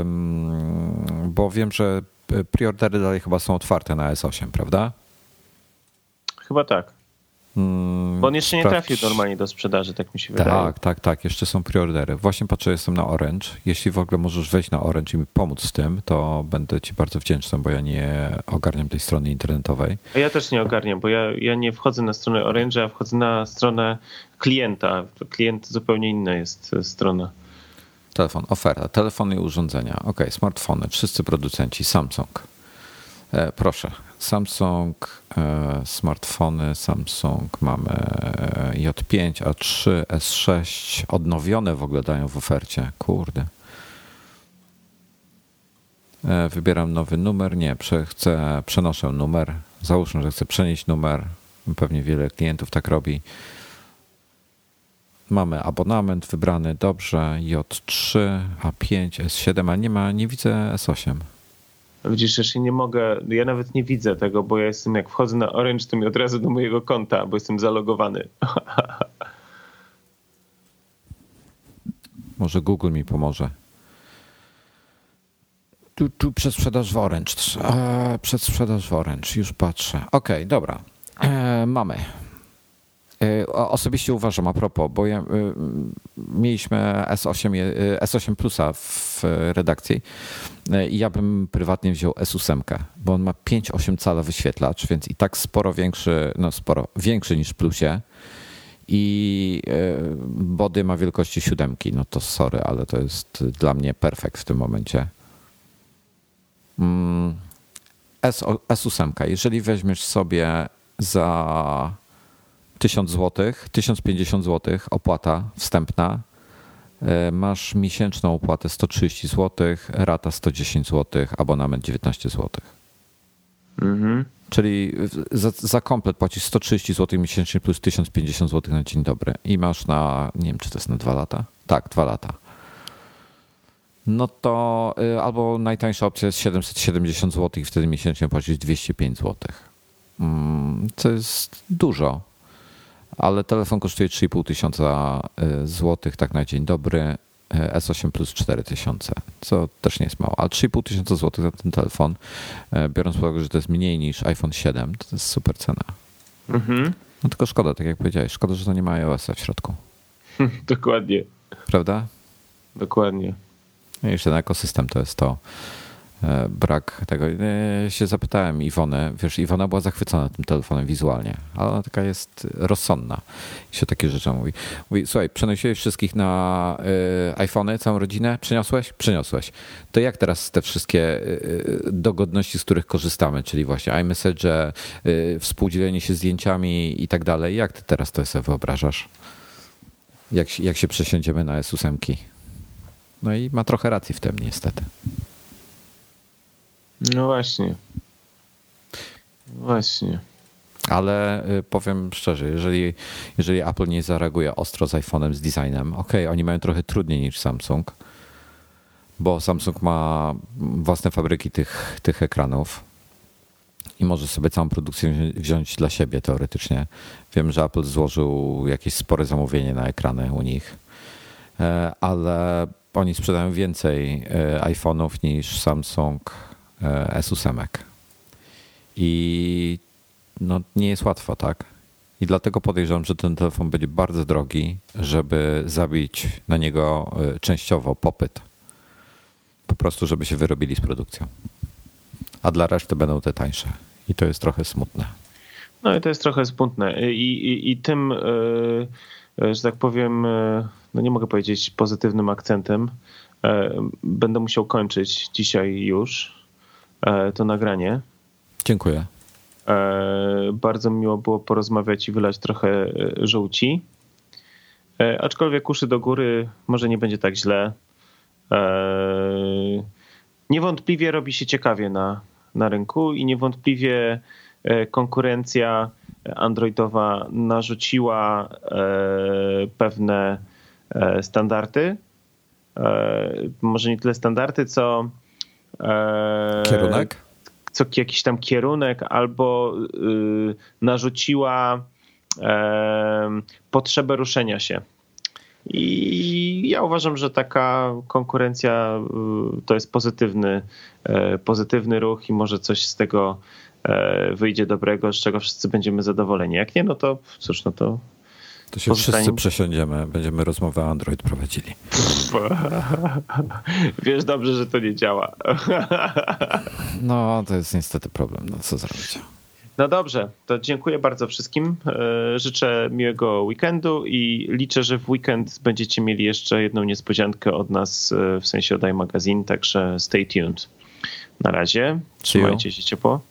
bo wiem, że preordery dalej chyba są otwarte na S osiem, prawda? Chyba tak. Bo on jeszcze nie Sprawdź. trafił normalnie do sprzedaży, tak mi się wydaje. Tak, tak, tak. Jeszcze są preordery. Właśnie patrzę, jestem na Orange. Jeśli w ogóle możesz wejść na Orange i mi pomóc z tym, to będę ci bardzo wdzięczny, bo ja nie ogarniam tej strony internetowej. A ja też nie ogarniam, bo ja, ja nie wchodzę na stronę Orange, a wchodzę na stronę klienta. Klient zupełnie inna jest strona. Telefon, oferta, telefony i urządzenia. Ok, smartfony, wszyscy producenci, Samsung. E, proszę. Samsung, e, smartfony, Samsung, mamy J pięć, A trzy, S sześć, odnowione w ogóle dają w ofercie, kurde. E, wybieram nowy numer, nie, prze, chcę, przenoszę numer, załóżmy, że chcę przenieść numer, pewnie wiele klientów tak robi. Mamy abonament wybrany, dobrze, J trzy, A pięć, S siedem, a nie ma, nie widzę S osiem. Widzisz, jeszcze nie mogę, ja nawet nie widzę tego, bo ja jestem, jak wchodzę na Orange, to mi od razu do mojego konta, bo jestem zalogowany. Może Google mi pomoże. Tu, tu przedsprzedaż w Orange. E, przedsprzedaż w Orange, już patrzę. Okej, okay, dobra. E, mamy. E, osobiście uważam, a propos, bo ja, e, mieliśmy S osiem, S osiem Plusa w redakcji i ja bym prywatnie wziął S osiem, bo on ma pięć przecinek osiem cala wyświetlacz, więc i tak sporo większy, no sporo większy niż w Plusie i body ma wielkości siódemki. No to sorry, ale to jest dla mnie perfekt w tym momencie. S, S osiem, jeżeli weźmiesz sobie za tysiąc złotych, tysiąc pięćdziesiąt złotych opłata wstępna, masz miesięczną opłatę sto trzydzieści złotych, rata sto dziesięć złotych, abonament dziewiętnaście złotych. Mhm. Czyli za, za komplet płacisz sto trzydzieści złotych miesięcznie plus tysiąc pięćdziesiąt złotych na dzień dobry i masz na, nie wiem czy to jest na dwa lata? Tak, dwa lata. No to albo najtańsza opcja jest siedemset siedemdziesiąt złotych i wtedy miesięcznie płacisz dwieście pięć złotych. To jest dużo. Ale telefon kosztuje trzy i pół tysiąca złotych tak na dzień dobry, S osiem plus cztery tysiące, co też nie jest mało, ale trzy i pół tysiąca złotych za ten telefon, biorąc pod uwagę, że to jest mniej niż iPhone siedem, to jest super cena. Mhm. No tylko szkoda, tak jak powiedziałeś, szkoda, że to nie ma iOS-a w środku. Dokładnie. Prawda? Dokładnie. I już ten ekosystem to jest to. Brak tego. Ja się zapytałem Iwonę, wiesz, Iwona była zachwycona tym telefonem wizualnie, ale ona taka jest rozsądna i się takie rzeczy mówi. Mówi, słuchaj, przenosiłeś wszystkich na y, iPhony, całą rodzinę? Przyniosłeś? Przyniosłeś. To jak teraz te wszystkie y, dogodności, z których korzystamy, czyli właśnie iMessage, y, współdzielenie się zdjęciami i tak dalej, jak ty teraz to sobie wyobrażasz? Jak, jak się przesiądziemy na S osiem? No i ma trochę racji w tym niestety. No właśnie. Właśnie. Ale powiem szczerze, jeżeli, jeżeli Apple nie zareaguje ostro z iPhone'em, z designem, okej, okay, oni mają trochę trudniej niż Samsung, bo Samsung ma własne fabryki tych, tych ekranów i może sobie całą produkcję wziąć dla siebie teoretycznie. Wiem, że Apple złożył jakieś spore zamówienie na ekrany u nich, ale oni sprzedają więcej iPhone'ów niż Samsung S osiem. I no, nie jest łatwo, tak? I dlatego podejrzewam, że ten telefon będzie bardzo drogi, żeby zabić na niego częściowo popyt. Po prostu, żeby się wyrobili z produkcją. A dla reszty będą te tańsze. I to jest trochę smutne. No i to jest trochę smutne. I, i, i tym, że tak powiem, no nie mogę powiedzieć pozytywnym akcentem, będę musiał kończyć dzisiaj już to nagranie. Dziękuję. Bardzo miło było porozmawiać i wylać trochę żółci. Aczkolwiek uszy do góry, może nie będzie tak źle. Niewątpliwie robi się ciekawie na, na rynku i niewątpliwie konkurencja androidowa narzuciła pewne standardy. Może nie tyle standardy, co kierunek? Co jakiś tam kierunek, albo narzuciła potrzebę ruszenia się. I ja uważam, że taka konkurencja to jest pozytywny, pozytywny ruch i może coś z tego wyjdzie dobrego, z czego wszyscy będziemy zadowoleni. Jak nie, no to cóż, no to To się pozostanie... wszyscy przesiądziemy, będziemy rozmowę o Android prowadzili. Wiesz dobrze, że to nie działa. No, to jest niestety problem. No co zrobić? No dobrze, to dziękuję bardzo wszystkim. Życzę miłego weekendu i liczę, że w weekend będziecie mieli jeszcze jedną niespodziankę od nas, w sensie od iMagazine, także stay tuned. Na razie, trzymajcie się ciepło.